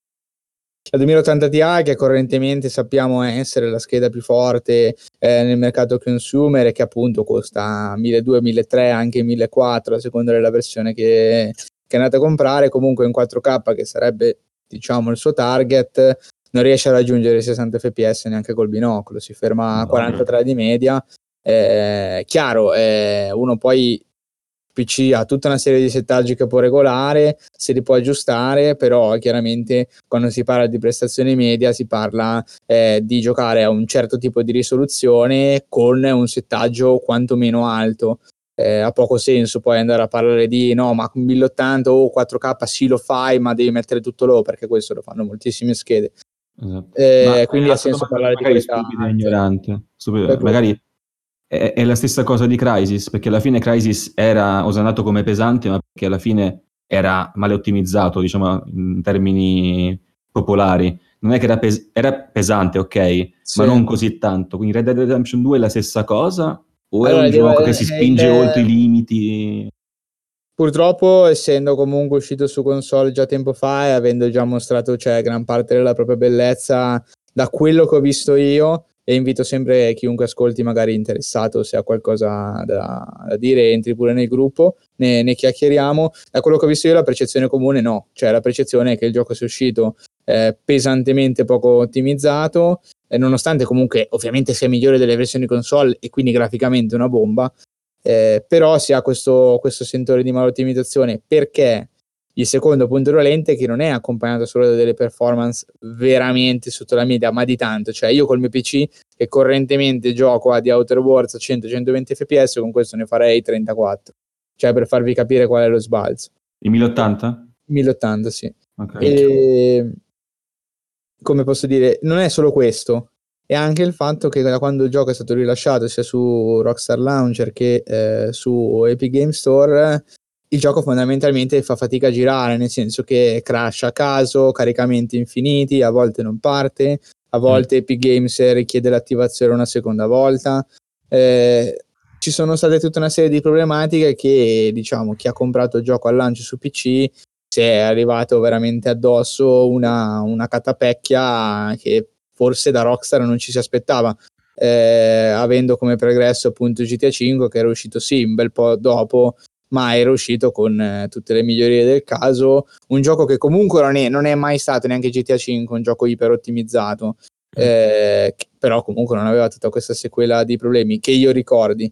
la duemilaottanta Ti, che correntemente sappiamo essere la scheda più forte eh, nel mercato consumer e che appunto costa milleduecento, milletrecento, anche millequattrocento a seconda della versione che, che andate a comprare, comunque in quattro K che sarebbe diciamo il suo target, non riesce a raggiungere i sessanta F P S neanche col binocolo, si ferma a quarantatré di media. Eh, chiaro, eh, uno poi P C ha tutta una serie di settaggi che può regolare, se li può aggiustare, però chiaramente quando si parla di prestazioni media si parla eh, di giocare a un certo tipo di risoluzione con un settaggio quantomeno alto. Eh, ha poco senso poi andare a parlare di no, ma con mille ottanta o quattro K sì lo fai, ma devi mettere tutto low, perché questo lo fanno moltissime schede. Esatto. Eh, Ma quindi ha altra senso domanda parlare di magari qualità stupida e alte. ignorante, Stupido- Vai pure. magari è, è la stessa cosa di Crysis, perché alla fine Crysis era osannato come pesante, ma perché alla fine era male ottimizzato, diciamo in termini popolari. Non è che era, pes- era pesante, ok, Sì. ma non così tanto. Quindi Red Dead Redemption due è la stessa cosa? O è Allora, un devo- gioco che si è spinge il- oltre i limiti? Purtroppo, essendo comunque uscito su console già tempo fa e avendo già mostrato, cioè, gran parte della propria bellezza, da quello che ho visto io, e invito sempre chiunque ascolti, magari interessato, se ha qualcosa da, da dire, entri pure nel gruppo, ne, ne chiacchieriamo. Da quello che ho visto io, la percezione comune no, cioè la percezione è che il gioco sia uscito eh, pesantemente poco ottimizzato, e nonostante comunque ovviamente sia migliore delle versioni console e quindi graficamente una bomba. Eh, però si ha questo, questo sentore di malottimizzazione perché il secondo punto dolente è che non è accompagnato solo da delle performance veramente sotto la media, ma di tanto, cioè io col mio P C che correntemente gioco a The Outer Worlds a cento centoventi F P S, con questo ne farei trentaquattro, cioè per farvi capire qual è lo sbalzo. I mille ottanta? mille ottanta, sì. Ok. E come posso dire, non è solo questo, è anche il fatto che da quando il gioco è stato rilasciato sia su Rockstar Launcher che eh, su Epic Game Store, il gioco fondamentalmente fa fatica a girare, nel senso che crasha a caso, caricamenti infiniti, a volte non parte, a volte mm. Epic Games richiede l'attivazione una seconda volta. Eh, ci sono state tutta una serie di problematiche che, diciamo, chi ha comprato il gioco al lancio su P C si è arrivato veramente addosso una, una catapecchia che forse da Rockstar non ci si aspettava, eh, avendo come progresso appunto G T A cinque, che era uscito sì un bel po' dopo, ma era uscito con eh, tutte le migliorie del caso, un gioco che comunque non è, non è mai stato neanche G T A cinque un gioco iper ottimizzato, eh, però comunque non aveva tutta questa sequela di problemi che io ricordi,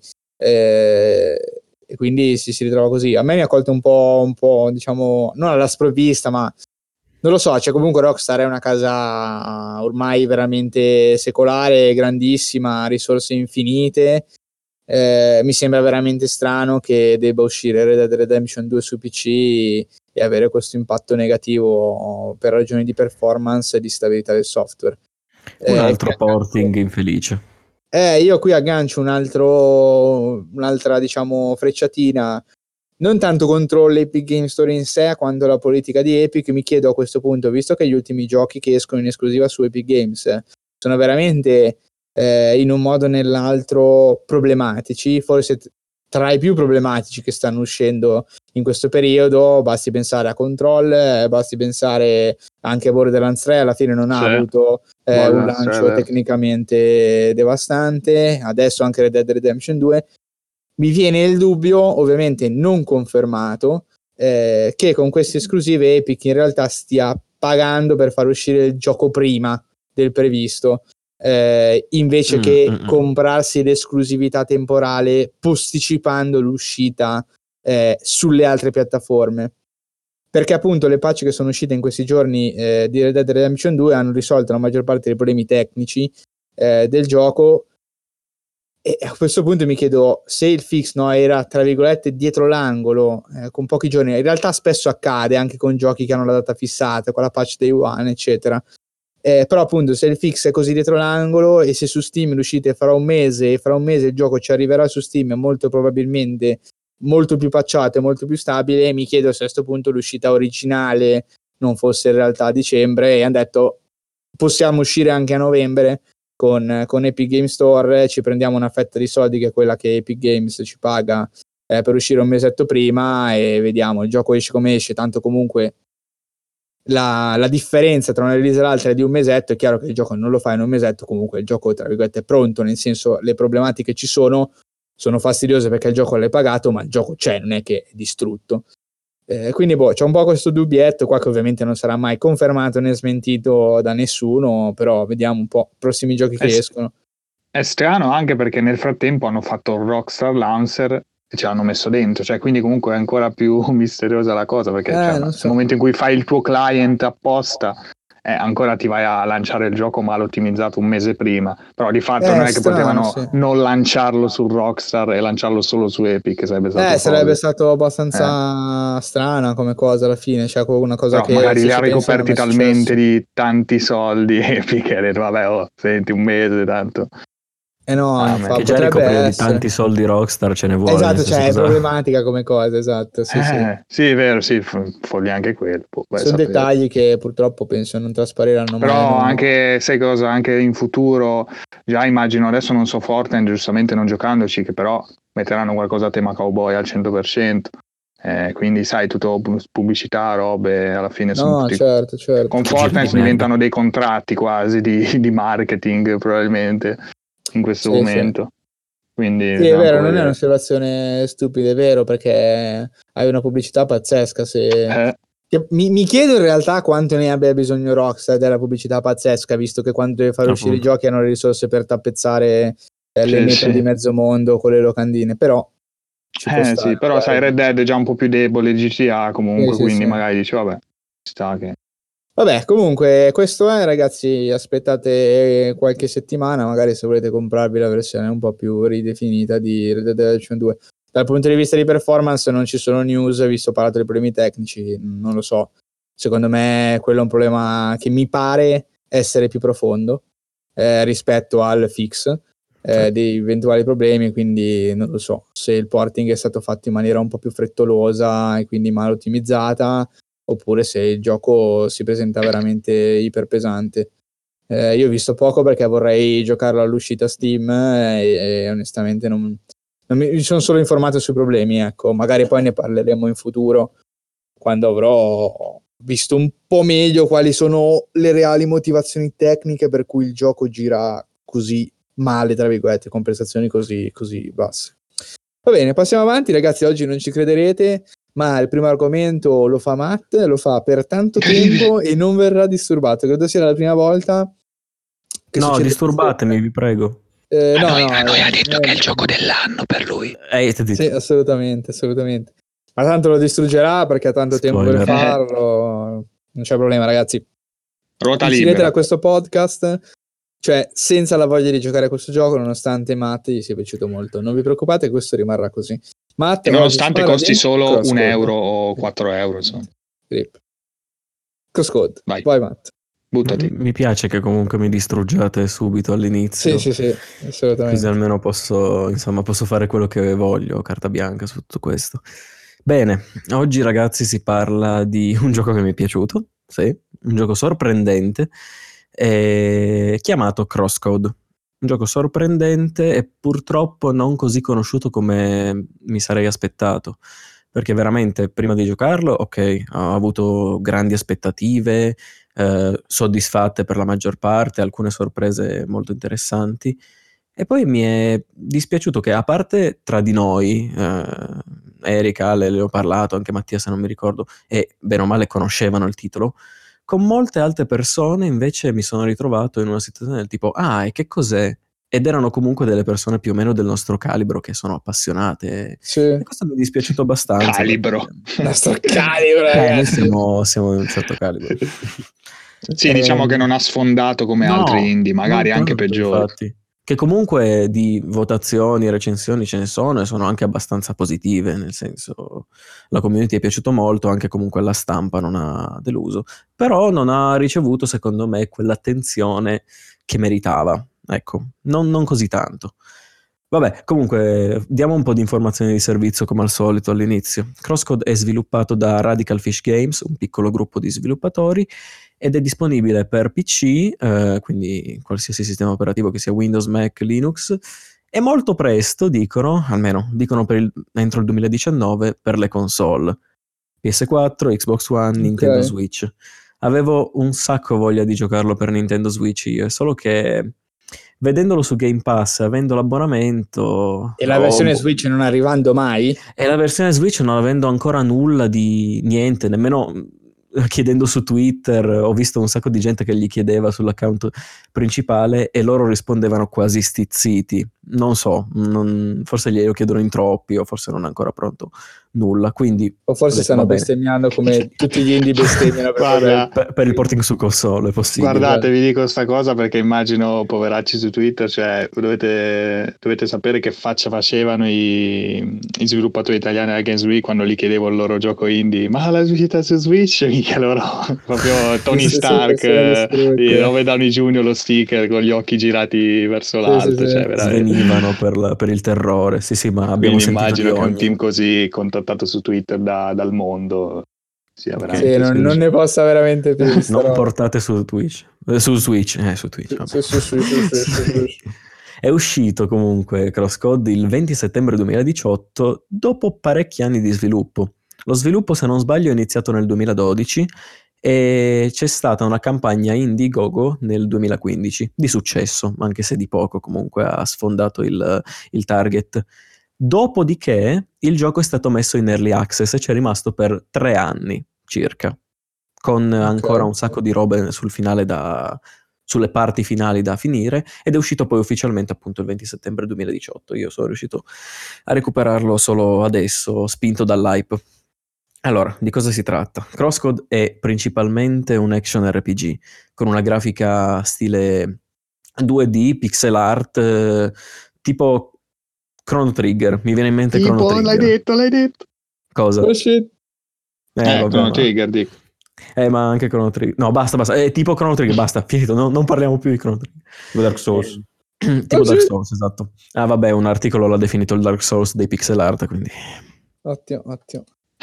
eh, e quindi si, si ritrova così. A me mi ha colto un po', un po', diciamo, non alla sprovvista, ma non lo so, cioè comunque Rockstar è una casa ormai veramente secolare, grandissima, risorse infinite. Eh, mi sembra veramente strano che debba uscire Red Dead Redemption due su P C e avere questo impatto negativo per ragioni di performance e di stabilità del software. Un Eh, altro che- porting infelice. eh, io qui aggancio un altro, un'altra, diciamo, frecciatina, non tanto contro l'Epic Game Store in sé quanto la politica di Epic. Mi chiedo a questo punto, visto che gli ultimi giochi che escono in esclusiva su Epic Games sono veramente eh, in un modo o nell'altro problematici, forse t- tra i più problematici che stanno uscendo in questo periodo, basti pensare a Control, eh, basti pensare anche a Borderlands tre, alla fine non Sì. ha avuto eh, un Borderlands lancio tre, vero. tecnicamente devastante, adesso anche Red Dead Redemption due. Mi viene il dubbio, ovviamente non confermato, eh, che con queste esclusive Epic in realtà stia pagando per far uscire il gioco prima del previsto, eh, invece Mm, che mm, mm. comprarsi l'esclusività temporale posticipando l'uscita eh, sulle altre piattaforme. Perché appunto le patch che sono uscite in questi giorni eh, di Red Dead Redemption due hanno risolto la maggior parte dei problemi tecnici eh, del gioco, e a questo punto mi chiedo se il fix, no, era tra virgolette dietro l'angolo, eh, con pochi giorni. In realtà spesso accade anche con giochi che hanno la data fissata, con la patch day one eccetera, eh, però appunto se il fix è così dietro l'angolo e se su Steam l'uscite fra un mese e fra un mese il gioco ci arriverà su Steam molto probabilmente molto più patchato e molto più stabile, mi chiedo se a questo punto l'uscita originale non fosse in realtà a dicembre e hanno detto possiamo uscire anche a novembre con, con Epic Games Store, ci prendiamo una fetta di soldi che è quella che Epic Games ci paga eh, per uscire un mesetto prima e vediamo, il gioco esce come esce, tanto comunque la, la differenza tra una release e l'altra è di un mesetto, è chiaro che il gioco non lo fa in un mesetto, comunque il gioco tra virgolette è pronto, nel senso le problematiche ci sono, sono fastidiose perché il gioco l'hai pagato, ma il gioco c'è, non è che è distrutto. Eh, quindi boh, c'è un po' questo dubbietto qua che ovviamente non sarà mai confermato né smentito da nessuno, però vediamo un po' i prossimi giochi che È, escono. È strano anche perché nel frattempo hanno fatto il Rockstar Launcher e ce l'hanno messo dentro, cioè quindi comunque è ancora più misteriosa la cosa, perché Eh, cioè, non nel so. momento in cui fai il tuo client apposta eh, ancora ti vai a lanciare il gioco mal ottimizzato un mese prima, però di fatto Eh, non è che strano, potevano sì. non lanciarlo su Rockstar e lanciarlo solo su Epic, sarebbe stato Eh, sarebbe folle. stato Eh. abbastanza strana come cosa alla fine, cioè una cosa Però che magari se li ha ci pensi non è ricoperti mai talmente successo. di tanti soldi Epic e ha detto vabbè, oh, senti, un mese tanto. Eh no, Ah, infatti, Che già potrebbe ricoprire di essere. tanti soldi Rockstar ce ne vuole, nel Esatto, senso cioè è cosa... problematica come cosa, esatto, sì, sì. Eh, sì, è vero, sì, f- folli anche quello. Boh, vai a Sono sapere. dettagli che purtroppo penso non traspariranno mai a Però noi. anche, sai cosa, anche in futuro, già immagino, adesso non so Fortnite, giustamente non giocandoci, che però metteranno qualcosa a tema cowboy al cento per cento. Eh, quindi sai, tutto pu- pubblicità, robe, alla fine sono No, tutti... certo, certo. Con Che giro Fortnite di merda. diventano dei contratti quasi di, di marketing, probabilmente, in questo Sì, sì. momento. Quindi Sì, è bisogna un vero, po' non è vedere. un'osservazione stupida, è vero, perché hai una pubblicità pazzesca. Se... Eh, che mi, mi chiedo in realtà quanto ne abbia bisogno Rockstar della pubblicità pazzesca, visto che quando deve fare uscire i Appunto. giochi hanno le risorse per tappezzare eh, le sì, metro sì. di mezzo mondo con le locandine, però ci può Eh stare. sì, però sai, magari. Red Dead è già un po' più debole, G T A Sì, comunque, sì, quindi sì. magari dici vabbè, ci sta che... Vabbè, comunque questo è, ragazzi, aspettate qualche settimana, magari se volete comprarvi la versione un po' più ridefinita di Red Dead Redemption due. Dal punto di vista di performance non ci sono news, visto ho parlato dei problemi tecnici, non lo so. Secondo me quello è un problema che mi pare essere più profondo eh, rispetto al fix eh, dei eventuali problemi, quindi non lo so. Se il porting è stato fatto in maniera un po' più frettolosa e quindi mal ottimizzata, oppure se il gioco si presenta veramente iper pesante. Eh, io ho visto poco perché vorrei giocarlo all'uscita Steam e, e onestamente non, non mi, mi sono solo informato sui problemi, ecco, magari poi ne parleremo in futuro quando avrò visto un po' meglio quali sono le reali motivazioni tecniche per cui il gioco gira così male, tra virgolette, con prestazioni così, così basse. Va bene, passiamo avanti, ragazzi, oggi non ci crederete, ma il primo argomento lo fa Matt, lo fa per tanto tempo e non verrà disturbato. Credo sia la prima volta che No, succede. disturbatemi, vi prego. Eh, A no, noi, no, a noi ha eh, detto eh, che è il gioco dell'anno per lui. Eh, ti dico. Sì, assolutamente, assolutamente. Ma tanto lo distruggerà perché ha tanto tempo per Spoiler. farlo. Non c'è problema, ragazzi. Ruota Uscirete libera. da questo podcast, cioè senza la voglia di giocare a questo gioco, nonostante Matt gli sia piaciuto molto. Non vi preoccupate, questo rimarrà così. Matt, E oggi nonostante spara costi di solo un Crosscode. euro o quattro euro, insomma. Grip. Crosscode. Vai. Vai, Matt. Buttati. Mi piace che comunque mi distruggiate subito all'inizio. Sì, sì, sì, Così assolutamente. almeno posso, insomma, posso fare quello che voglio, carta bianca su tutto questo. Bene, oggi ragazzi si parla di un gioco che mi è piaciuto, sì, un gioco sorprendente, eh, chiamato Crosscode. Un gioco sorprendente e purtroppo non così conosciuto come mi sarei aspettato, perché veramente prima di giocarlo, ok, ho avuto grandi aspettative, eh, soddisfatte per la maggior parte, alcune sorprese molto interessanti. E poi mi è dispiaciuto che, a parte tra di noi, eh, Erika, le, le ho parlato, anche Mattia se non mi ricordo, e bene o male conoscevano il titolo. Con molte altre persone invece mi sono ritrovato in una situazione del tipo, ah, e che cos'è? Ed erano comunque delle persone più o meno del nostro calibro che sono appassionate. Sì. E questo mi è dispiaciuto abbastanza. Calibro. perché- Nostro calibro, Eh, noi ragazzi. siamo, siamo di un certo calibro. Sì, diciamo Ehm, che non ha sfondato come No, altri indie, magari non anche tanto, peggiori. infatti. Che comunque di votazioni, recensioni ce ne sono e sono anche abbastanza positive, nel senso la community è piaciuto molto, anche comunque la stampa non ha deluso, però non ha ricevuto secondo me quell'attenzione che meritava, ecco, non, non così tanto. Vabbè, comunque diamo un po' di informazioni di servizio come al solito all'inizio. Crosscode è sviluppato da Radical Fish Games, un piccolo gruppo di sviluppatori, ed è disponibile per P C, eh, quindi qualsiasi sistema operativo che sia Windows, Mac, Linux, e molto presto, dicono, almeno dicono per il, entro il duemiladiciannove, per le console. P S quattro, Xbox One, Nintendo Ok. Switch. Avevo un sacco voglia di giocarlo per Nintendo Switch io, solo che vedendolo su Game Pass, avendo l'abbonamento... E la oh, versione boh. Switch non arrivando mai? E la versione Switch non avendo ancora nulla di niente, nemmeno chiedendo su Twitter, ho visto un sacco di gente che gli chiedeva sull'account principale e loro rispondevano quasi stizziti. Non so, non- forse glielo chiedono in troppi o forse non è ancora pronto nulla. Quindi O ho forse detto, stanno va bene. bestemmiando come tutti gli indie bestemmiano per Guarda, Per, per il porting su console è possibile. Guardate, vi dico sta cosa perché immagino, poveracci su Twitter, cioè dovete, dovete sapere che faccia facevano i, i sviluppatori italiani alla Games Week quando gli chiedevo il loro gioco indie, ma la uscita su Switch? Mica loro, proprio Tony Sì, sì, Stark, sì, sì, eh, sì, di sì. Robert Downey Junior, lo sticker con gli occhi girati verso Sì, l'alto, sì, sì. cioè veramente. Svenivano per, la- per il terrore. Sì, sì, ma abbiamo Quindi sentito di immagino che un ogni. team così contattato su Twitter da- dal mondo sia Ok. veramente Sì, non, non esclusivo. ne possa veramente più. sta Non roba. portate su Twitch, eh, su Switch, eh, su Twitch. vabbè. Sì, sì, sì, sì, sì, sì, sì. È uscito comunque Crosscode il venti settembre duemiladiciotto dopo parecchi anni di sviluppo. Lo sviluppo, se non sbaglio, è iniziato nel duemiladodici e c'è stata una campagna Indiegogo nel duemilaquindici di successo, anche se di poco comunque ha sfondato il, il target. Dopodiché il gioco è stato messo in early access e c'è rimasto per tre anni circa, con ancora un sacco di robe sul finale da, sulle parti finali da finire, ed è uscito poi ufficialmente appunto il venti settembre duemiladiciotto. Io sono riuscito a recuperarlo solo adesso, spinto dall'hype. Allora, di cosa si tratta? Crosscode è principalmente un action R P G con una grafica stile due D, pixel art, eh, tipo Chrono Trigger. Mi viene in mente Chrono Tipo, Trigger. l'hai detto, l'hai detto. Cosa? Oh shit. Eh, Eh, vabbè, Chrono ma... Trigger, dico. Eh, ma anche Chrono Trigger. No, basta, basta. È tipo Chrono Trigger, basta, finito. No, non parliamo più di Chrono Trigger. Tipo Dark Souls. Eh, tipo Oh, Dark sì. Souls, esatto. Ah, vabbè, un articolo l'ha definito il Dark Souls dei pixel art, quindi... Ottimo, ottimo.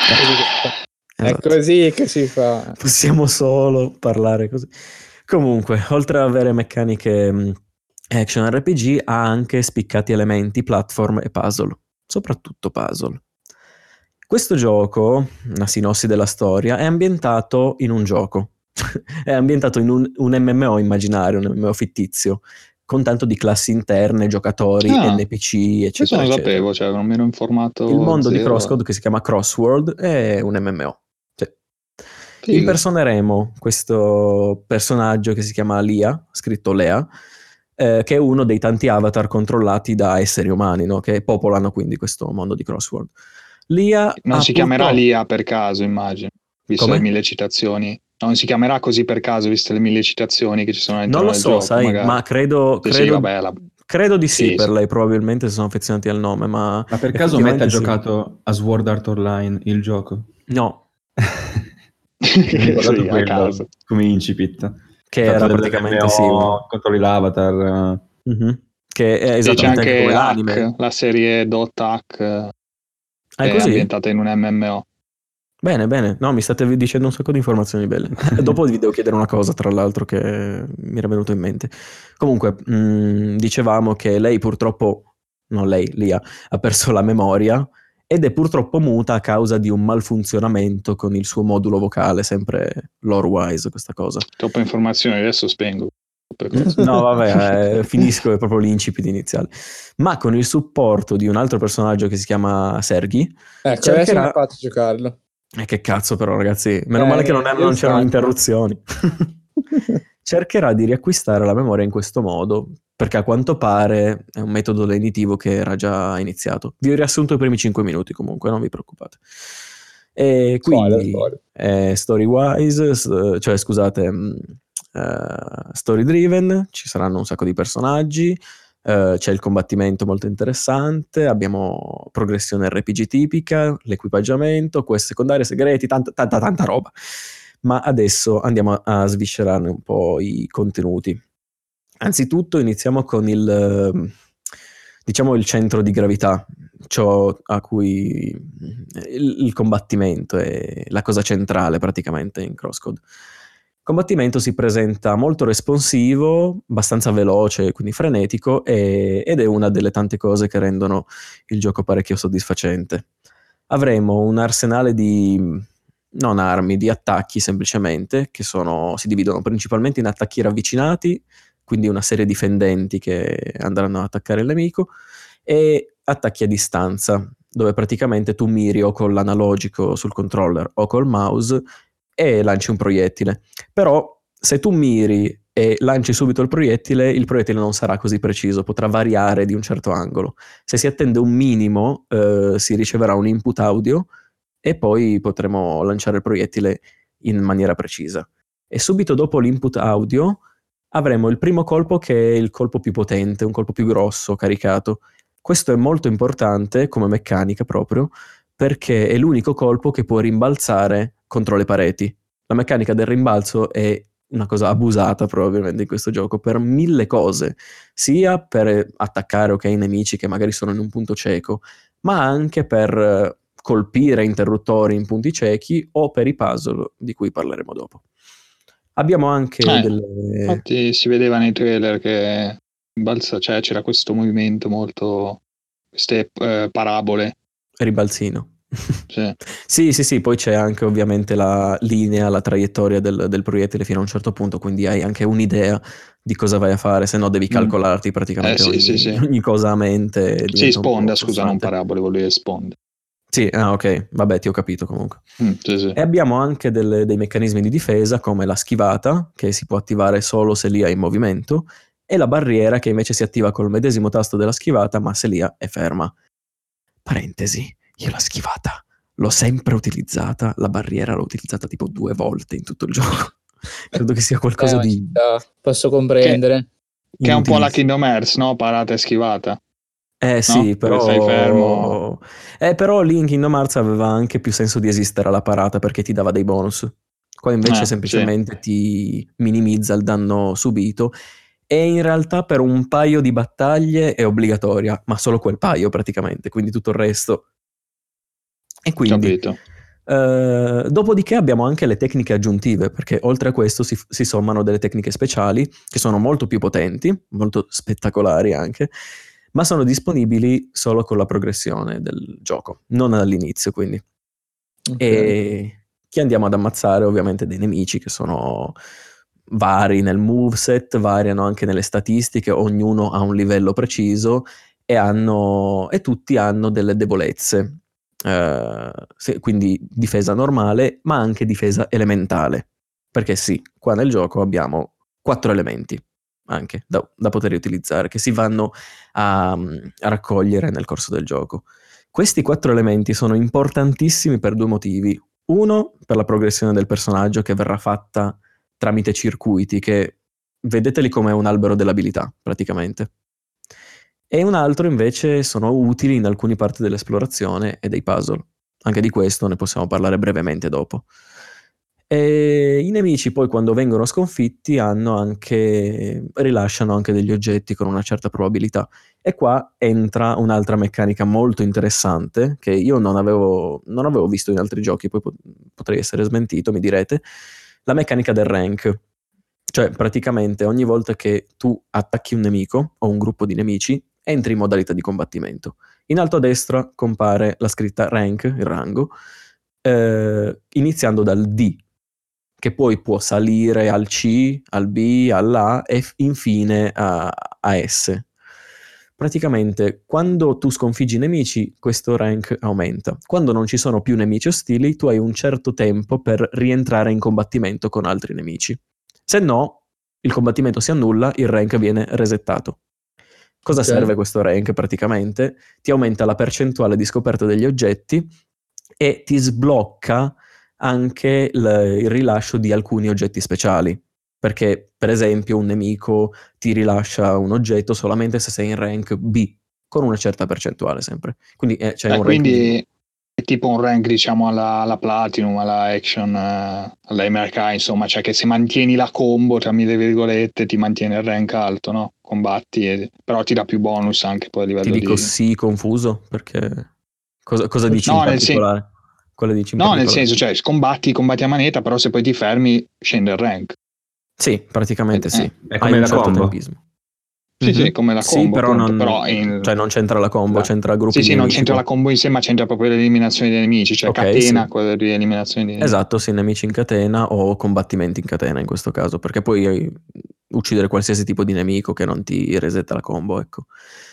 Eh, È esatto. così che si fa. Possiamo solo parlare così. Comunque, oltre ad avere meccaniche mh, action R P G, ha anche spiccati elementi platform e puzzle, soprattutto puzzle. Questo gioco, una sinossi della storia, è ambientato in un gioco. È ambientato in un, un M M O immaginario, un M M O fittizio, con tanto di classi interne, giocatori, Ah, N P C, Questo eccetera, non lo eccetera. sapevo, cioè non mi ero informato. Il mondo di zero. Crosscode, che si chiama Crossworld, è un M M O. Cioè, Figo. impersoneremo questo personaggio che si chiama Lia, scritto Lea, eh, che è uno dei tanti avatar controllati da esseri umani, no? Che popolano quindi questo mondo di Crossworld. Lia Non ha si chiamerà purtroppo- Lia per caso, immagino, visto Come? le mille citazioni. Non si chiamerà così per caso, viste le mille citazioni che ci sono all'interno Non lo del so, gioco, sai, magari. ma credo, Sì, credo, sì, vabbè, la- credo di sì, Sì, per sì. lei probabilmente si sono affezionati al nome, ma, Ma per caso Matt effettivamente ha sì. giocato a Sword Art Online, il gioco? No, Mi ho ricordato Sì, a quello caso. come incipit. che Fatto era vedere praticamente l'M M O, sì, un- controlli l'avatar. Mhm. Che è Sì, c'è esattamente anche anche come Hack, l'anime. la serie Dot Hack, eh, Ah, è che è così? ambientata in un M M O. Bene, bene. No, mi state dicendo un sacco di informazioni belle. Dopo vi devo chiedere una cosa, tra l'altro, che mi era venuto in mente. Comunque, mh, dicevamo che lei purtroppo, non lei, Lia, ha perso la memoria ed è purtroppo muta a causa di un malfunzionamento con il suo modulo vocale, sempre lore-wise questa cosa. Troppe informazioni, adesso spengo. per questo. No, vabbè, eh, finisco è proprio l'incipit iniziale. Ma con il supporto di un altro personaggio che si chiama Serghi. Ecco, cercherà... adesso mi ha fatto giocarlo. Eh, che cazzo però, ragazzi. Meno Eh, male che non, niente, non io c'erano faccio. interruzioni. Cercherà di riacquistare la memoria in questo modo, perché a quanto pare è un metodo lenitivo che era già iniziato. Vi ho riassunto i primi cinque minuti comunque, non vi preoccupate. E Spoiler, quindi spoiler. è story wise, s- cioè scusate, mh, eh, story driven, ci saranno un sacco di personaggi, eh, c'è il combattimento molto interessante, abbiamo progressione R P G tipica, l'equipaggiamento, quest secondarie, segreti, tanta tanta tanta roba. Ma adesso andiamo a, a sviscerarne un po' i contenuti. Anzitutto iniziamo con il, eh, diciamo, il centro di gravità, ciò a cui il, il combattimento è la cosa centrale praticamente in CrossCode. Il combattimento si presenta molto responsivo, abbastanza veloce, quindi frenetico, e, ed è una delle tante cose che rendono il gioco parecchio soddisfacente. Avremo un arsenale di non armi, di attacchi semplicemente, che sono, si dividono principalmente in attacchi ravvicinati, quindi una serie di fendenti che andranno ad attaccare il nemico, e attacchi a distanza, dove praticamente tu miri o con l'analogico sul controller o col mouse e lanci un proiettile. Però se tu miri e lanci subito il proiettile, il proiettile non sarà così preciso, potrà variare di un certo angolo. Se si attende un minimo, eh, si riceverà un input audio e poi potremo lanciare il proiettile in maniera precisa. E subito dopo l'input audio avremo il primo colpo, che è il colpo più potente, un colpo più grosso, caricato. Questo è molto importante come meccanica proprio, perché è l'unico colpo che può rimbalzare contro le pareti. La meccanica del rimbalzo è una cosa abusata probabilmente in questo gioco per mille cose, sia per attaccare ok i nemici che magari sono in un punto cieco, ma anche per colpire interruttori in punti ciechi o per i puzzle di cui parleremo dopo. Abbiamo anche Eh, delle... Infatti si vedeva nei trailer che balza, cioè, c'era questo movimento molto, queste eh, parabole. ribalzino. Sì. Sì, sì, sì, poi c'è anche ovviamente la linea, la traiettoria del, del proiettile fino a un certo punto, quindi hai anche un'idea di cosa vai a fare, se no devi calcolarti praticamente Eh, sì, ogni, sì, sì. ogni cosa a mente. Sì, diventa un po' sponda, scusa, non frustrante. parabole, vuol dire sponda. Sì, ah, ok, vabbè, ti ho capito comunque. Mm, sì, sì. E abbiamo anche delle- dei meccanismi di difesa, come la schivata, che si può attivare solo se l'I A è in movimento, e la barriera, che invece si attiva col medesimo tasto della schivata, ma se l'I A è ferma. Parentesi, io la schivata l'ho sempre utilizzata, la barriera l'ho utilizzata tipo due volte in tutto il gioco. Credo che sia qualcosa Eh, ma di ci sta, posso comprendere. Che è un po' la inutilissimo. Kingdom Hearts, no? Parata e schivata. Eh sì, Dove stai fermo. però... Eh, però lì in Kingdom Hearts aveva anche più senso di esistere la parata, perché ti dava dei bonus. Qua invece Eh, semplicemente ti minimizza il danno subito, e in realtà per un paio di battaglie è obbligatoria, ma solo quel paio praticamente, quindi tutto il resto. E quindi... Capito. Uh, dopodiché abbiamo anche le tecniche aggiuntive, perché oltre a questo si, si sommano delle tecniche speciali che sono molto più potenti, molto spettacolari anche, ma sono disponibili solo con la progressione del gioco, non all'inizio quindi. Okay. E chi andiamo ad ammazzare ovviamente dei nemici che sono vari nel moveset, variano anche nelle statistiche, ognuno ha un livello preciso e, hanno, e tutti hanno delle debolezze. Uh, se, quindi difesa normale, ma anche difesa elementale, perché sì, qua nel gioco abbiamo quattro elementi anche da, da poter utilizzare, che si vanno a, a raccogliere nel corso del gioco. Questi quattro elementi sono importantissimi per due motivi. Uno, per la progressione del personaggio, che verrà fatta tramite circuiti, che vedeteli come un albero dell'abilità praticamente. E un altro invece sono utili in alcune parti dell'esplorazione e dei puzzle. Anche di questo ne possiamo parlare brevemente dopo. E i nemici poi, quando vengono sconfitti, hanno anche, rilasciano anche degli oggetti con una certa probabilità. E qua entra un'altra meccanica molto interessante, che io non avevo, non avevo visto in altri giochi, poi potrei essere smentito, mi direte, la meccanica del rank. Cioè, praticamente ogni volta che tu attacchi un nemico o un gruppo di nemici, entri in modalità di combattimento. In alto a destra compare la scritta rank, il rango, eh, iniziando dal D, che poi può salire al C, al B, all'A e f- infine a, a S. Praticamente quando tu sconfiggi i nemici questo rank aumenta. Quando non ci sono più nemici ostili tu hai un certo tempo per rientrare in combattimento con altri nemici. Se no il combattimento si annulla, il rank viene resettato. Cosa Ok. serve questo rank praticamente? Ti aumenta la percentuale di scoperta degli oggetti e ti sblocca anche il, il rilascio di alcuni oggetti speciali. Perché, per esempio, un nemico ti rilascia un oggetto solamente se sei in rank B, con una certa percentuale sempre. Quindi eh, c'è Eh, un rank quindi minimo. è tipo un rank, diciamo, alla, alla Platinum, alla Action, eh, alla M R K, insomma, cioè che se mantieni la combo, tra mille virgolette, ti mantiene il rank alto, no? Combatti, e- però ti dà più bonus anche poi a Ti livello dico di... sì confuso, perché cosa, cosa dici in No, nel sen- particolare? Cosa dici in no, nel particolare? senso, cioè, combatti, combatti a manetta, però se poi ti fermi, scende il rank. Sì, praticamente Eh, sì. È Hai come un la certo combo. tempismo. Sì, sì, Mhm. come la Sì, combo, però appunto, non, però in... cioè non c'entra la combo, la- c'entra gruppi Sì, di sì, non nemici c'entra la poi. combo in sé, ma c'entra proprio l'eliminazione dei nemici, cioè Ok, catena sì. quella di eliminazione dei nemici. Esatto, sì, nemici in catena o combattimenti in catena in questo caso, perché puoi eh, uccidere qualsiasi tipo di nemico che non ti resetta la combo, ecco.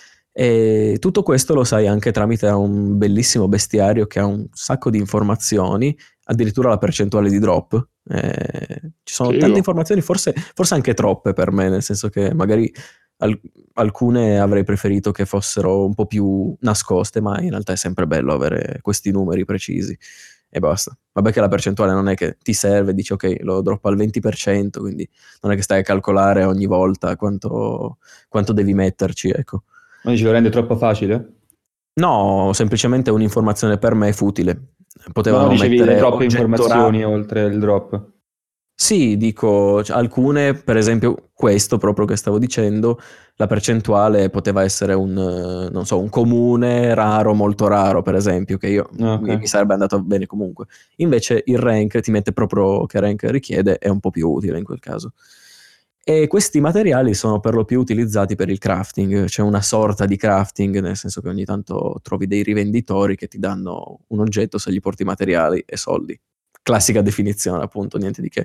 E tutto questo lo sai anche tramite un bellissimo bestiario che ha un sacco di informazioni, addirittura la percentuale di drop. Eh, ci sono Figo. tante informazioni, forse, forse anche troppe per me, nel senso che magari al- alcune avrei preferito che fossero un po' più nascoste, ma in realtà è sempre bello avere questi numeri precisi e basta. Vabbè che la percentuale non è che ti serve, dici ok, lo droppo al venti per cento, quindi non è che stai a calcolare ogni volta quanto, quanto devi metterci, ecco. Ma dici, lo rende troppo facile? No, semplicemente un'informazione per me futile. No, Potevano dicevi le mettere troppe oggetto raro. informazioni oltre il drop. Sì, dico, cioè, alcune, per esempio questo proprio che stavo dicendo, la percentuale poteva essere un, eh, non so, un comune raro, molto raro, per esempio, che io Ah, mi, ok. mi sarebbe andato bene comunque. Invece il rank ti mette proprio che rank richiede, è un po' più utile in quel caso. E questi materiali sono per lo più utilizzati per il crafting, c'è una sorta di crafting, nel senso che ogni tanto trovi dei rivenditori che ti danno un oggetto se gli porti materiali e soldi. Classica definizione, appunto, niente di che.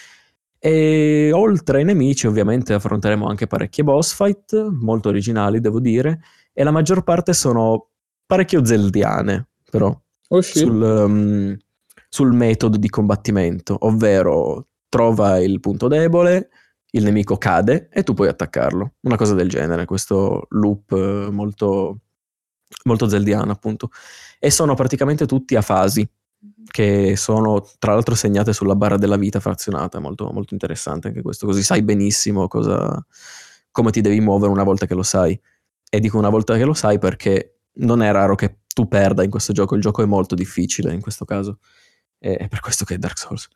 E oltre ai nemici, ovviamente, affronteremo anche parecchie boss fight, molto originali, devo dire, e la maggior parte sono parecchio zeldiane, però, Oh shit. sul, um, sul metodo di combattimento, ovvero trova il punto debole, il nemico cade e tu puoi attaccarlo. Una cosa del genere, questo loop eh, molto, molto zeldiano, appunto. E sono praticamente tutti a fasi, che sono tra l'altro segnate sulla barra della vita frazionata, molto, molto interessante anche questo, così sai benissimo cosa, come ti devi muovere una volta che lo sai. E dico una volta che lo sai perché non è raro che tu perda in questo gioco, il gioco è molto difficile in questo caso, e è per questo che è Dark Souls.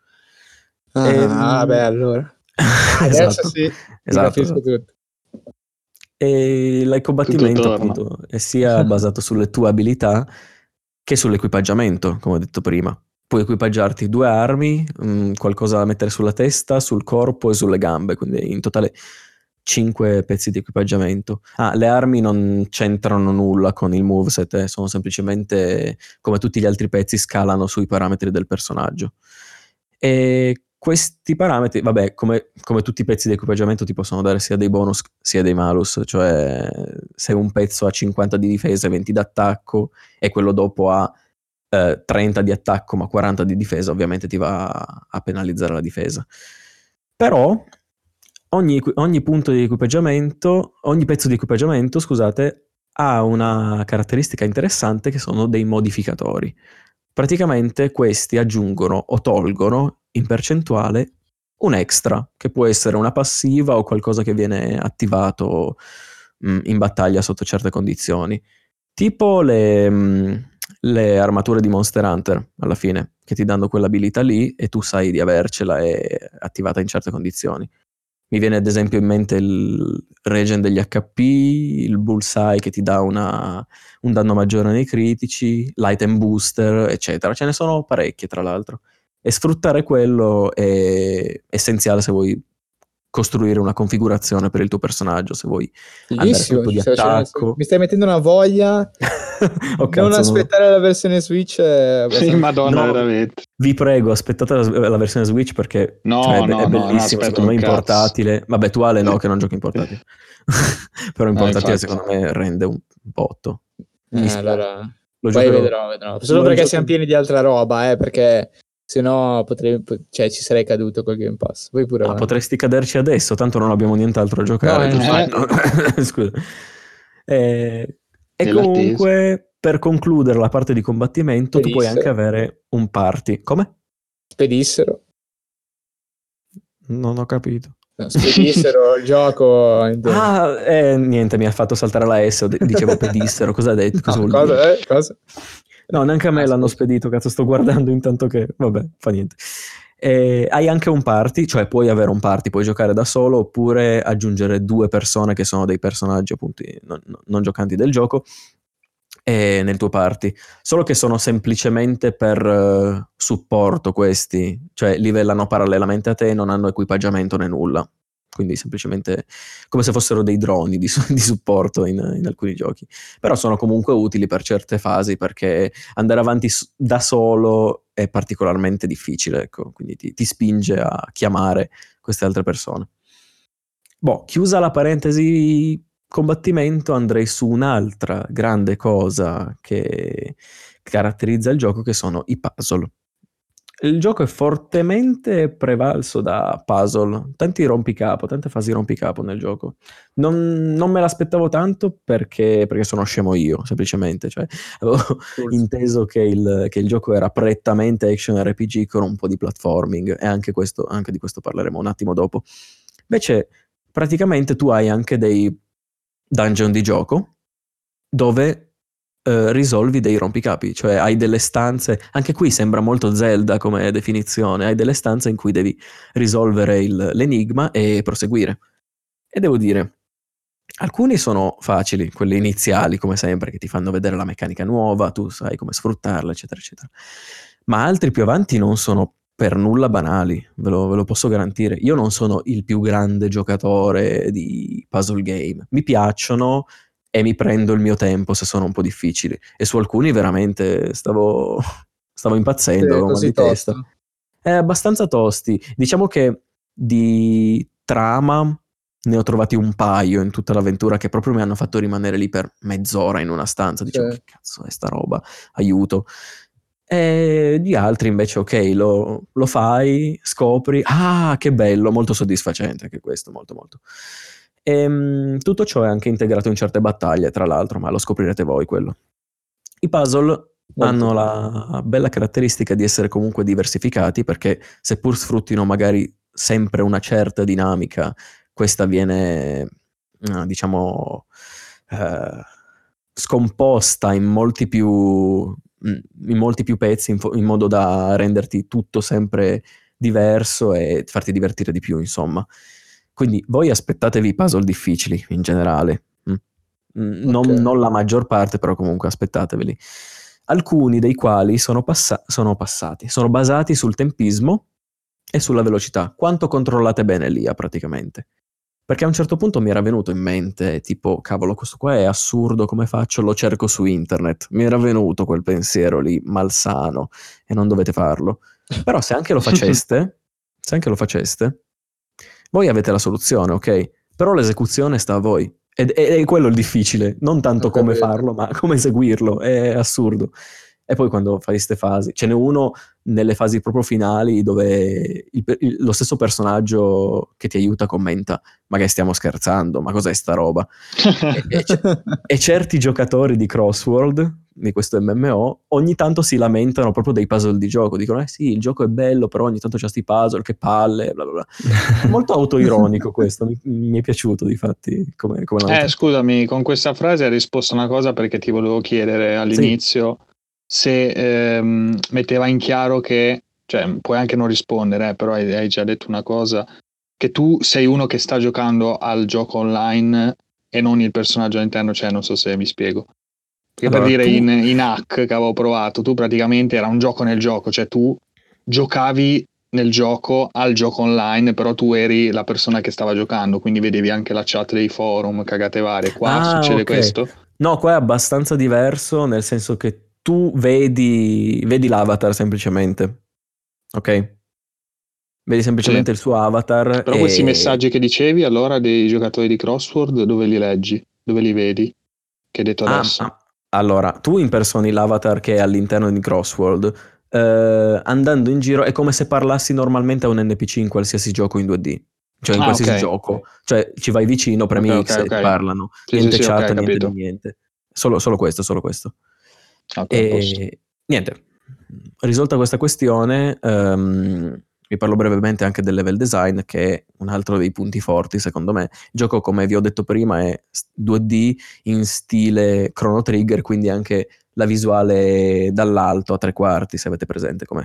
Ah, Ehm, beh, allora. Adesso esatto, sì, ti esatto, capisco esatto. tutto. E il Tutto combattimento torna. appunto è sia basato sulle tue abilità che sull'equipaggiamento, come ho detto prima. Puoi equipaggiarti due armi, mh, qualcosa da mettere sulla testa, sul corpo e sulle gambe, quindi in totale cinque pezzi di equipaggiamento. Ah, le armi non c'entrano nulla con il moveset, eh, sono semplicemente come tutti gli altri pezzi scalano sui parametri del personaggio. E questi parametri, vabbè, come, come tutti i pezzi di equipaggiamento ti possono dare sia dei bonus sia dei malus, cioè se un pezzo ha cinquanta di difesa e venti d'attacco e quello dopo ha eh, trenta di attacco ma quaranta di difesa, ovviamente ti va a penalizzare la difesa. Però ogni, ogni punto di equipaggiamento, ogni pezzo di equipaggiamento, scusate, ha una caratteristica interessante che sono dei modificatori. Praticamente questi aggiungono o tolgono in percentuale un extra, che può essere una passiva o qualcosa che viene attivato mh, in battaglia sotto certe condizioni. Tipo le, mh, le armature di Monster Hunter, alla fine, che ti danno quell'abilità lì e tu sai di avercela e attivata in certe condizioni. Mi viene ad esempio in mente il regen degli H P, il bullseye che ti dà una, un danno maggiore nei critici, l'item booster, eccetera. Ce ne sono parecchie, tra l'altro. E sfruttare quello è essenziale se vuoi costruire una configurazione per il tuo personaggio, se vuoi andare Fighissimo, tutto di ci sto facendo- attacco. mi stai mettendo una voglia. Oh, Non cazzo, no. aspettare la versione Switch. è Sì, abbastanza- madonna, No. veramente. Vi prego, aspettate la, la versione Switch perché No, cioè, è, be- no, è no, non bellissimo, aspetto secondo me un in cazzo. portatile. Vabbè, tu Ale no, che non giochi in portatile. Però in No, portatile infatti. secondo me rende un botto. Mi Eh, spiace. allora, Lo poi giocherò. vedrò, vedrò. Solo Lo perché gioco- siamo pieni di altra roba, eh, perché se no potrei, cioè, ci sarei caduto col Game Pass. Poi pure Ah, avanti. potresti caderci adesso, tanto non abbiamo nient'altro a giocare. No, giusto? Scusa. Eh, e Nell'attesa. comunque, per concludere la parte di combattimento, tu puoi anche Spedissero. avere un party. Come? Spedissero. Non ho capito. No, spedissero il gioco. intendo. Ah, eh, niente, mi ha fatto saltare la S, o de- dicevo pedissero, cosa ha detto? Cosa No, vuol dire? cosa, eh, cosa? No, neanche a me Ah, l'hanno scusa. spedito, cazzo, sto guardando intanto che... Vabbè, fa niente. Eh, hai anche un party, cioè puoi avere un party, puoi giocare da solo oppure aggiungere due persone che sono dei personaggi appunto non, non giocanti del gioco eh, nel tuo party. Solo che sono semplicemente per eh, supporto questi, cioè livellano parallelamente a te, non hanno equipaggiamento né nulla. Quindi semplicemente come se fossero dei droni di, su- di supporto in, in alcuni giochi. Però sono comunque utili per certe fasi perché andare avanti s- da solo è particolarmente difficile, ecco, quindi ti, ti spinge a chiamare queste altre persone. Boh, chiusa la parentesi combattimento, andrei su un'altra grande cosa che caratterizza il gioco, che sono i puzzle. Il gioco è fortemente prevalso da puzzle, tanti rompicapo, tante fasi rompicapo nel gioco. Non, non me l'aspettavo tanto perché, perché sono scemo io, semplicemente. Cioè, avevo inteso che il, che il gioco era prettamente action R P G con un po' di platforming, e anche, questo, anche di questo parleremo un attimo dopo. Invece, praticamente tu hai anche dei dungeon di gioco dove eh, risolvi dei rompicapi, cioè hai delle stanze, anche qui sembra molto Zelda come definizione, hai delle stanze in cui devi risolvere il- l'enigma e proseguire. E devo dire, alcuni sono facili, quelli iniziali come sempre, che ti fanno vedere la meccanica nuova, tu sai come sfruttarla, eccetera, eccetera. Ma altri più avanti non sono per nulla banali, ve lo, ve lo posso garantire. Io non sono il più grande giocatore di puzzle game, mi piacciono e mi prendo il mio tempo se sono un po' difficili, e su alcuni veramente stavo, stavo impazzendo, Sì, avevo mal così di testa. tosto. È abbastanza tosti. Diciamo che di trama ne ho trovati un paio in tutta l'avventura che proprio mi hanno fatto rimanere lì per mezz'ora in una stanza. Dicevo, Sì. che cazzo è sta roba? Aiuto. E di altri invece, ok, lo, lo fai, scopri, ah, che bello, molto soddisfacente anche questo, molto molto. Ehm, tutto ciò è anche integrato in certe battaglie, tra l'altro, ma lo scoprirete voi quello. I puzzle hanno la bella caratteristica di essere comunque diversificati, perché seppur sfruttino magari sempre una certa dinamica, questa viene, eh, diciamo, eh, scomposta in molti più, in molti più pezzi, in, fo- in modo da renderti tutto sempre diverso e farti divertire di più, insomma. Quindi voi aspettatevi puzzle difficili in generale. mm. Mm, Non, Ok. non la maggior parte, però comunque aspettateveli. Alcuni dei quali sono, passa- sono passati, sono basati sul tempismo e sulla velocità. Quanto controllate bene l'I A praticamente? Perché a un certo punto mi era venuto in mente, tipo, cavolo, questo qua è assurdo, come faccio? Lo cerco su internet. Mi era venuto quel pensiero lì, malsano, e non dovete farlo. Però se anche lo faceste, se anche lo faceste, voi avete la soluzione, ok? Però l'esecuzione sta a voi. Ed è, è quello il difficile, non tanto Ho come capito. farlo, ma come eseguirlo. È assurdo. E poi quando fai queste fasi, ce n'è uno nelle fasi proprio finali dove il- il- lo stesso personaggio che ti aiuta commenta: ma che stiamo scherzando, ma cos'è sta roba? E, e ce- e certi giocatori di Crossworld, di questo M M O, ogni tanto si lamentano proprio dei puzzle di gioco, dicono eh sì, il gioco è bello, però ogni tanto c'ha sti puzzle, che palle, bla bla bla. Molto autoironico questo, mi, mi è piaciuto difatti come, come l'hanno Eh, trattato. scusami, con questa frase hai risposto a una cosa, perché ti volevo chiedere all'inizio se ehm, metteva in chiaro che, cioè puoi anche non rispondere, eh, però hai, hai già detto una cosa, che tu sei uno che sta giocando al gioco online e non il personaggio all'interno, cioè non so se mi spiego. Perché Allora, per dire tu- in, in Hack che avevo provato, tu praticamente era un gioco nel gioco, cioè tu giocavi nel gioco al gioco online, però tu eri la persona che stava giocando, quindi vedevi anche la chat dei forum, cagate varie. Qua Ah, succede ok. questo? No, qua è abbastanza diverso, nel senso che tu vedi, vedi l'avatar semplicemente, ok? Vedi Sì. semplicemente il suo avatar Però questi e... messaggi che dicevi allora dei giocatori di Crossword, dove li leggi? Dove li vedi? Che hai detto Ah, adesso? ah, allora, tu impersoni l'avatar che è all'interno di Crossworld, eh, andando in giro è come se parlassi normalmente a un N P C in qualsiasi gioco in due D, cioè in Ah, qualsiasi ok. gioco, cioè ci vai vicino, Ok, premi ok, X e ti ok. parlano, Sì, sì, niente sì, ok, chat, niente di capito. niente, solo, solo questo, solo questo. Ok, a posto. E niente, risolta questa questione, ehm, vi parlo brevemente anche del level design, che è un altro dei punti forti secondo me. Il gioco, come vi ho detto prima, è due D in stile Chrono Trigger, quindi anche la visuale dall'alto a tre quarti, se avete presente com'è.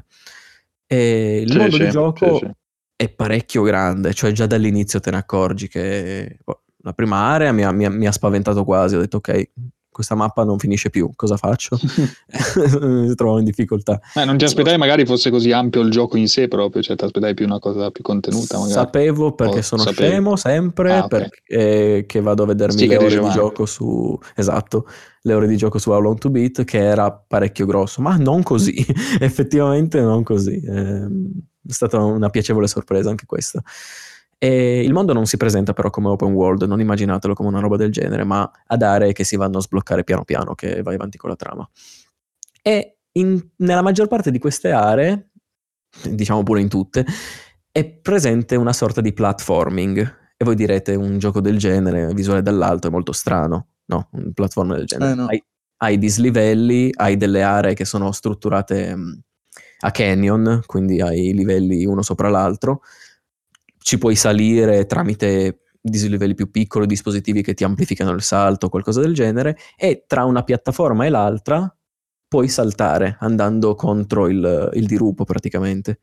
E il Sì, mondo di sì, gioco sì, sì. è parecchio grande, cioè già dall'inizio te ne accorgi che boh, la prima area mi ha, mi ha- mi ha spaventato quasi, ho detto ok, questa mappa non finisce più, cosa faccio? Mi trovo in difficoltà. Eh, non ti Sono- aspettavi magari fosse così ampio il gioco in sé proprio, cioè ti aspettavi più una cosa più contenuta magari. Sapevo perché O sono sapevi? scemo sempre, Ah, ok. perché eh, che vado a vedermi le Sticker di ore di Giovanni. gioco su... Esatto, le ore di gioco su How Long to Beat, che era parecchio grosso, ma non così, effettivamente non così. Ehm, è stata una piacevole sorpresa anche questa. E il mondo non si presenta però come open world, non immaginatelo come una roba del genere, ma ad aree che si vanno a sbloccare piano piano, che vai avanti con la trama. E in- nella maggior parte di queste aree, diciamo pure in tutte, è presente una sorta di platforming. E voi direte, un gioco del genere, visuale dall'alto, è molto strano. No, un platform del genere. Eh no. Hai, hai dislivelli, hai delle aree che sono strutturate mh, a canyon, quindi hai livelli uno sopra l'altro. Ci puoi salire tramite dislivelli più piccoli, dispositivi che ti amplificano il salto, qualcosa del genere, e tra una piattaforma e l'altra puoi saltare andando contro il, il dirupo praticamente.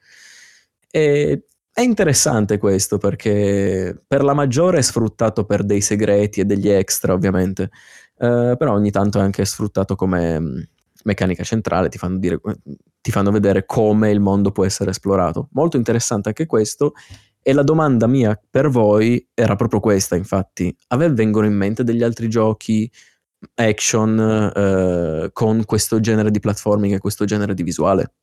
E è interessante questo perché per la maggiore è sfruttato per dei segreti e degli extra ovviamente, eh, però ogni tanto è anche sfruttato come mh, meccanica centrale, ti fanno, dire, ti fanno vedere come il mondo può essere esplorato. Molto interessante anche questo. E la domanda mia per voi era proprio questa, infatti. A me vengono in mente degli altri giochi action eh, con questo genere di platforming e questo genere di visuale?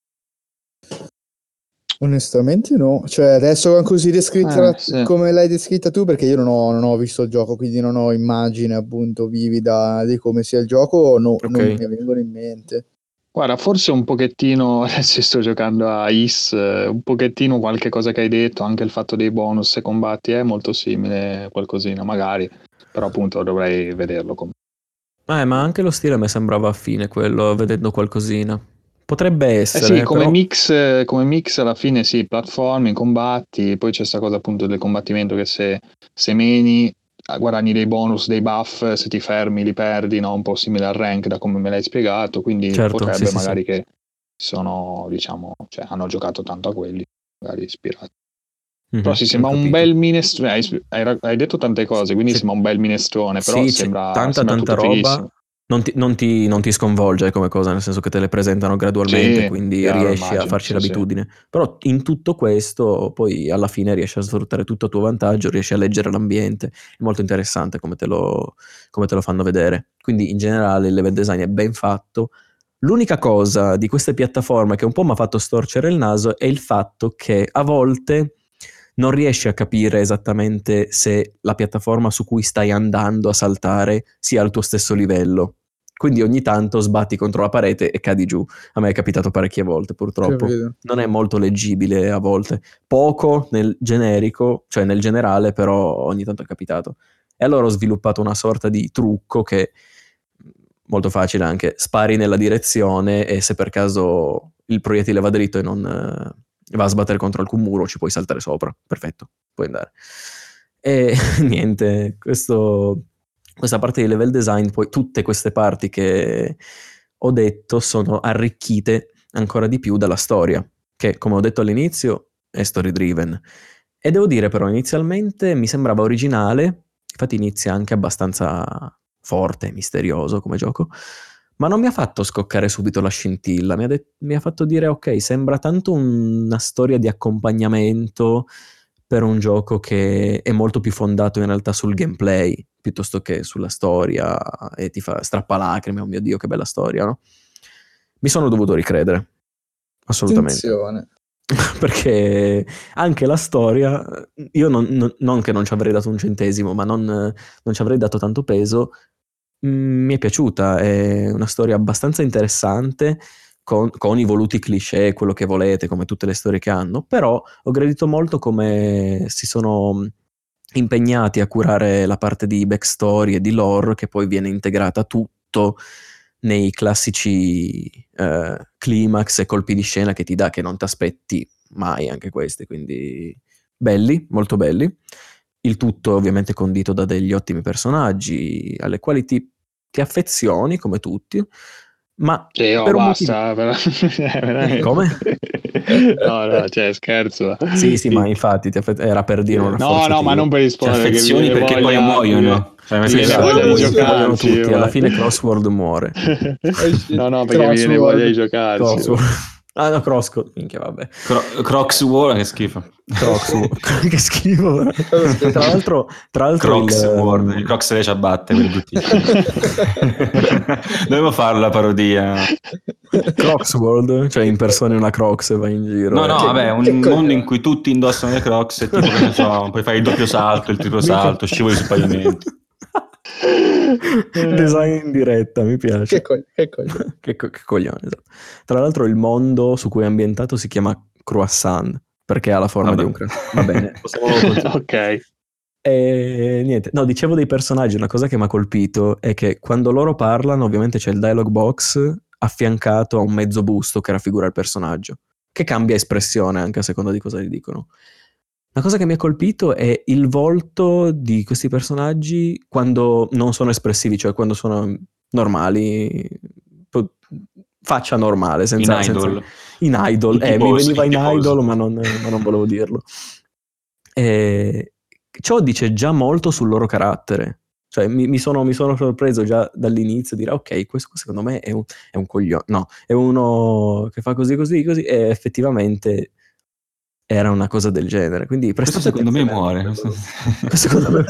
Onestamente no, cioè adesso così descritta Eh, sì. come l'hai descritta tu, perché io non ho, non ho visto il gioco, quindi non ho immagine appunto vivida di come sia il gioco, no, Ok. non mi vengono in mente. Guarda, forse un pochettino, adesso sto giocando a Is, eh, un pochettino qualche cosa che hai detto, anche il fatto dei bonus se combatti è molto simile, qualcosina magari, però appunto dovrei vederlo. com- Eh, ma anche lo stile mi sembrava affine quello, vedendo qualcosina. Potrebbe Eh sì, essere, come però... mix, eh, come mix alla fine sì, platforming, combatti, poi c'è sta cosa appunto del combattimento che se, se meni eh, guadagni dei bonus, dei buff, se ti fermi li perdi, no? Un po' simile al rank da come me l'hai spiegato, quindi Certo, sì, potrebbe sì, sì. magari che sono, diciamo, cioè hanno giocato tanto a quelli, magari ispirati. Mhm, Però sì, ho sembra un capito. bel minestrone, hai, hai- hai detto tante cose, quindi C'è- sembra un bel minestrone, però Sì, c'è sembra, tanta sembra tanta tutto roba. fighissimo. Non ti, non ti- non ti sconvolge come cosa, nel senso che te le presentano gradualmente, Sì, quindi chiaro, riesci a immagino, farci sì, sì. l'abitudine. Però in tutto questo, poi alla fine riesci a sfruttare tutto a tuo vantaggio, riesci a leggere l'ambiente. È molto interessante come te lo, come te lo fanno vedere. Quindi in generale il level design è ben fatto. L'unica cosa di queste piattaforme che un po' mi ha fatto storcere il naso è il fatto che a volte non riesci a capire esattamente se la piattaforma su cui stai andando a saltare sia al tuo stesso livello. Quindi ogni tanto sbatti contro la parete e cadi giù. A me è capitato parecchie volte, purtroppo. Capito. Non è molto leggibile a volte. Poco nel generico, cioè nel generale, però ogni tanto è capitato. E allora ho sviluppato una sorta di trucco che, molto facile anche, spari nella direzione e se per caso il proiettile va dritto e non eh, va a sbattere contro alcun muro, ci puoi saltare sopra. Perfetto, puoi andare. E niente, questo, questa parte di level design, poi tutte queste parti che ho detto sono arricchite ancora di più dalla storia, che come ho detto all'inizio è story driven. E devo dire però inizialmente mi sembrava originale, infatti inizia anche abbastanza forte, misterioso come gioco, ma non mi ha fatto scoccare subito la scintilla, mi ha, de- mi ha fatto dire ok, sembra tanto un- una storia di accompagnamento per un gioco che è molto più fondato in realtà sul gameplay piuttosto che sulla storia e ti fa strappalacrime, oh mio Dio che bella storia, no? Mi sono dovuto ricredere, assolutamente. Attenzione. Perché anche la storia, io non, non- non che non ci avrei dato un centesimo, ma non, non ci avrei dato tanto peso, mm, mi è piaciuta, è una storia abbastanza interessante, con, con i voluti cliché, quello che volete, come tutte le storie che hanno, però ho gradito molto come si sono impegnati a curare la parte di backstory e di lore che poi viene integrata tutto nei classici eh, climax e colpi di scena che ti dà, che non ti aspetti mai anche questi, quindi belli, molto belli. Il tutto ovviamente condito da degli ottimi personaggi alle quali ti, ti affezioni come tutti, ma Cioè, no, per un motivo... basta, però... veramente. Come? No, no, cioè, scherzo. Sì, sì, ma infatti ti affe- era per dire un No, rafforzativo. no, ma non per Ti rispondere, che mi affezioni viene perché voglia, poi muoiono. Cioè, mi nel viene senso, voglia di Esatto, muoiono giocarci. tutti, alla guarda. fine Crossworld muore. No, no, perché mi viene voglia di giocarci. Crossworld. Ah no, Crossworld, minchia vabbè. Cro- Crocs War, che schifo. Crossworld, che schifo. Tra l'altro, tra l'altro Crocs il, World, um, il Crocs le ciabatte, quelli bruttissimi. Dovevo fare la parodia. Crocsworld, cioè impersoni una Crocs e vai in giro. No, eh. no, Che- vabbè, un che mondo coglione. in cui tutti indossano le Crocs e tipo, che ne so, puoi fare il doppio salto, il triplo salto, scivoli sul pavimento. Design in diretta, mi piace. Che, co- che coglione. che, co- che coglione, esatto. Tra l'altro il mondo su cui è ambientato si chiama Croissant, perché ha la forma Vabbè. di un croissant. Va bene, possiamo continuare. Ok. E niente, no, dicevo dei personaggi, una cosa che mi ha colpito è che quando loro parlano ovviamente c'è il dialogue box affiancato a un mezzo busto che raffigura il personaggio, che cambia espressione anche a seconda di cosa gli dicono. Una cosa che mi ha colpito è il volto di questi personaggi quando non sono espressivi, cioè quando sono normali, po- faccia normale, senza... In senza- Idol. in idol, In eh, mi tifoso, veniva in in tifoso. idol ma non, ma non volevo dirlo. E ciò dice già molto sul loro carattere, cioè mi, mi sono, mi sono sorpreso già dall'inizio a dire ok, questo secondo me è un, è un coglione, no, è uno che fa così così così e effettivamente era una cosa del genere, quindi Questo prestate secondo me attenzione. muore. Questo secondo me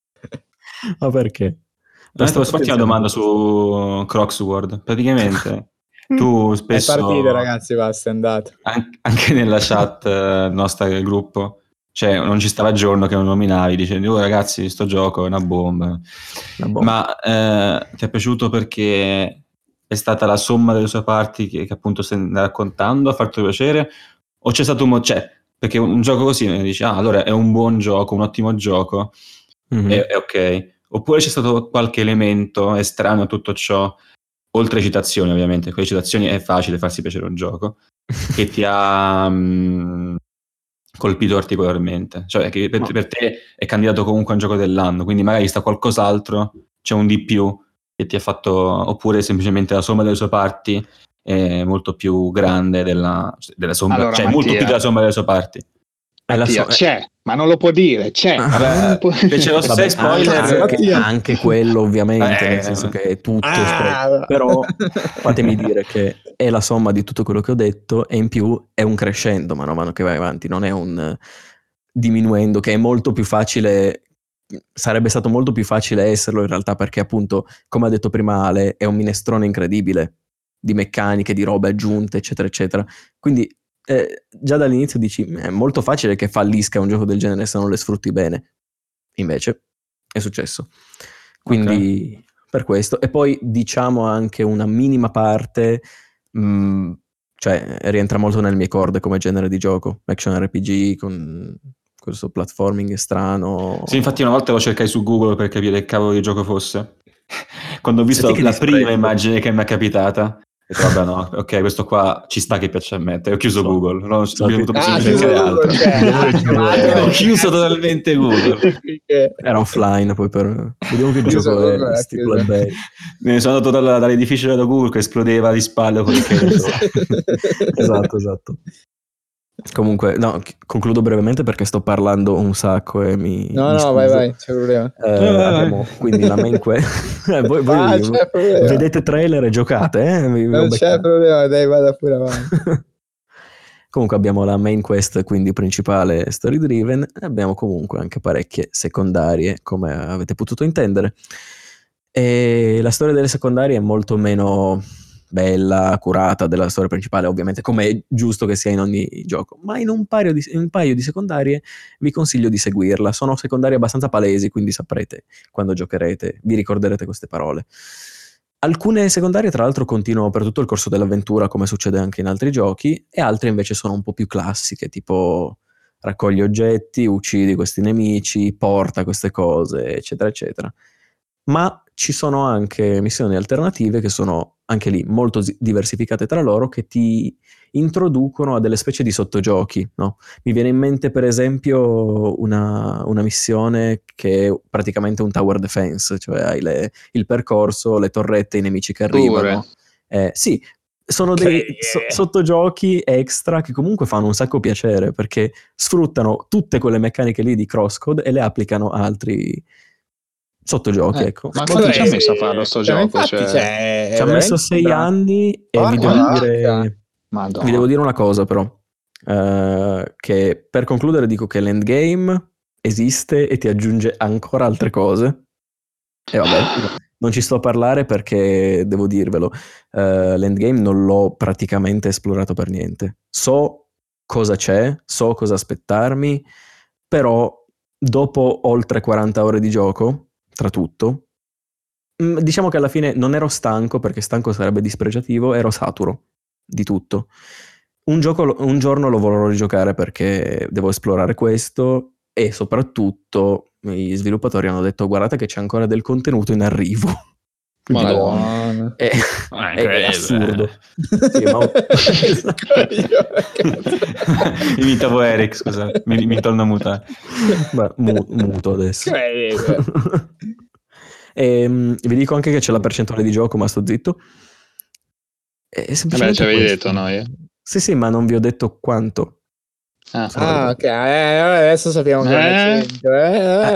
ma perché? Adesso posso farti una attenzione. domanda su Crocs World. Praticamente tu È spesso partita, ragazzi, basta, è andato. an- anche nella chat eh, nostra del gruppo, cioè non ci stava giorno che non nominavi, dicevi oh ragazzi sto gioco è una bomba. Una bomba. Ma eh, ti è piaciuto perché è stata la somma delle sue parti che, che appunto stai raccontando, ha fatto piacere? O c'è stato un mo- cioè, perché un gioco così dici ah allora è un buon gioco, un ottimo gioco, Mhm. è, è ok. Oppure c'è stato qualche elemento estraneo a tutto ciò, oltre citazioni ovviamente, con le citazioni è facile farsi piacere un gioco, che ti ha mh, colpito particolarmente, cioè che per, No. per te è candidato comunque a un gioco dell'anno, quindi magari sta qualcos'altro, c'è un di più che ti ha fatto, oppure semplicemente la somma delle sue parti è molto più grande della, della somma, Allora, cioè molto Mattia. più della somma delle sue parti. È la Mattia, so- c'è, ma non lo può dire, c'è. Vabbè, Non può- invece lo Vabbè, sei spoiler, anche, Mattia. anche quello ovviamente, Eh, nel senso che è tutto Ah, spreco. Però fatemi dire che è la somma di tutto quello che ho detto e in più è un crescendo mano a mano che vai avanti, non è un eh, diminuendo, che è molto più facile, sarebbe stato molto più facile esserlo in realtà, perché appunto, come ha detto prima Ale, è un minestrone incredibile di meccaniche, di robe aggiunte, eccetera, eccetera. Quindi eh, già dall'inizio dici è molto facile che fallisca un gioco del genere se non le sfrutti bene. Invece è successo. Quindi per questo. E poi diciamo anche una minima parte, mh, cioè rientra molto nel mie corde come genere di gioco, action R P G con questo platforming strano. Sì, infatti una volta lo cercai su Google per capire che cavolo di gioco fosse. Quando ho visto Senti che la disprezzo. prima immagine che mi è capitata, ho detto, vabbè no, ok, questo qua ci sta che piace a me. E ho chiuso So. Google, non ho So ho che- avuto Ah, bisogno di chiuso cercare Google, altro. cioè, Vediamo ah, che ah, Ho ah, chiuso totalmente Google. che- Era offline poi per... Vediamo che Chiuso gioco Google, è ha sti chiuso. plebei. Me ne sono andato dalla- dall'edificio da Google che esplodeva di spalle con il che ne so. Esatto, esatto. Comunque, no, ch- concludo brevemente perché sto parlando un sacco e mi No, mi no, scuso. vai, vai, c'è problema. Eh, vai, vai. abbiamo quindi la main quest. Eh, voi, voi Ah, c'è problema. vedete trailer e giocate, eh? Vi- vi ho Non c'è beccato. problema, dai, vada pure avanti. Comunque abbiamo la main quest, quindi principale story driven, e abbiamo comunque anche parecchie secondarie, come avete potuto intendere. E la storia delle secondarie è molto meno bella, curata della storia principale, ovviamente, come è giusto che sia in ogni gioco, ma in un paio di, in un paio di secondarie vi consiglio di seguirla. Sono secondarie abbastanza palesi, quindi saprete quando giocherete, vi ricorderete queste parole. Alcune secondarie, tra l'altro, continuano per tutto il corso dell'avventura, come succede anche in altri giochi, e altre invece sono un po' più classiche, tipo raccogli oggetti, uccidi questi nemici, porta queste cose, eccetera, eccetera. Ma ci sono anche missioni alternative che sono anche lì molto zi- diversificate tra loro, che ti introducono a delle specie di sottogiochi, no? Mi viene in mente per esempio una, una missione che è praticamente un tower defense, cioè hai le- il percorso, le torrette, i nemici che arrivano. Eh, sì, sono dei so- sottogiochi extra che comunque fanno un sacco piacere perché sfruttano tutte quelle meccaniche lì di crosscode e le applicano a altri sottogiochi, Eh, ecco. ma Molto quanto ci ha piacevoli. messo a farlo sto Cioè, gioco? infatti, Cioè, cioè, Ci ha messo sei veramente- anni e vi Porca devo vacca. dire, Madonna. vi devo dire una cosa però, eh, che per concludere dico che l'endgame esiste e ti aggiunge ancora altre cose. E vabbè, no, non ci sto a parlare perché devo dirvelo, eh, l'endgame non l'ho praticamente esplorato per niente. So cosa c'è, so cosa aspettarmi, però dopo oltre quaranta ore di gioco, tra tutto, mm, diciamo che alla fine non ero stanco, perché stanco sarebbe dispregiativo, ero saturo di tutto. Un, gioco, lo- un giorno lo vorrò rigiocare perché devo esplorare questo e soprattutto gli sviluppatori hanno detto guardate che c'è ancora del contenuto in arrivo. Quindi Madonna. è, Ah, è- è incredibile. assurdo. Sì, ma- Imitavo Eric, scusa, mi, mi torno a mutare. Beh, mu- muto adesso. Incredibile. Ehm, vi dico anche che c'è la percentuale di gioco, ma sto zitto. È Vabbè, semplicemente ci avevi questo. detto, no? Io? Sì, sì, ma non vi ho detto quanto. Ah. Ah, ok, eh, adesso sappiamo che non è Eh? cento. Eh? Eh,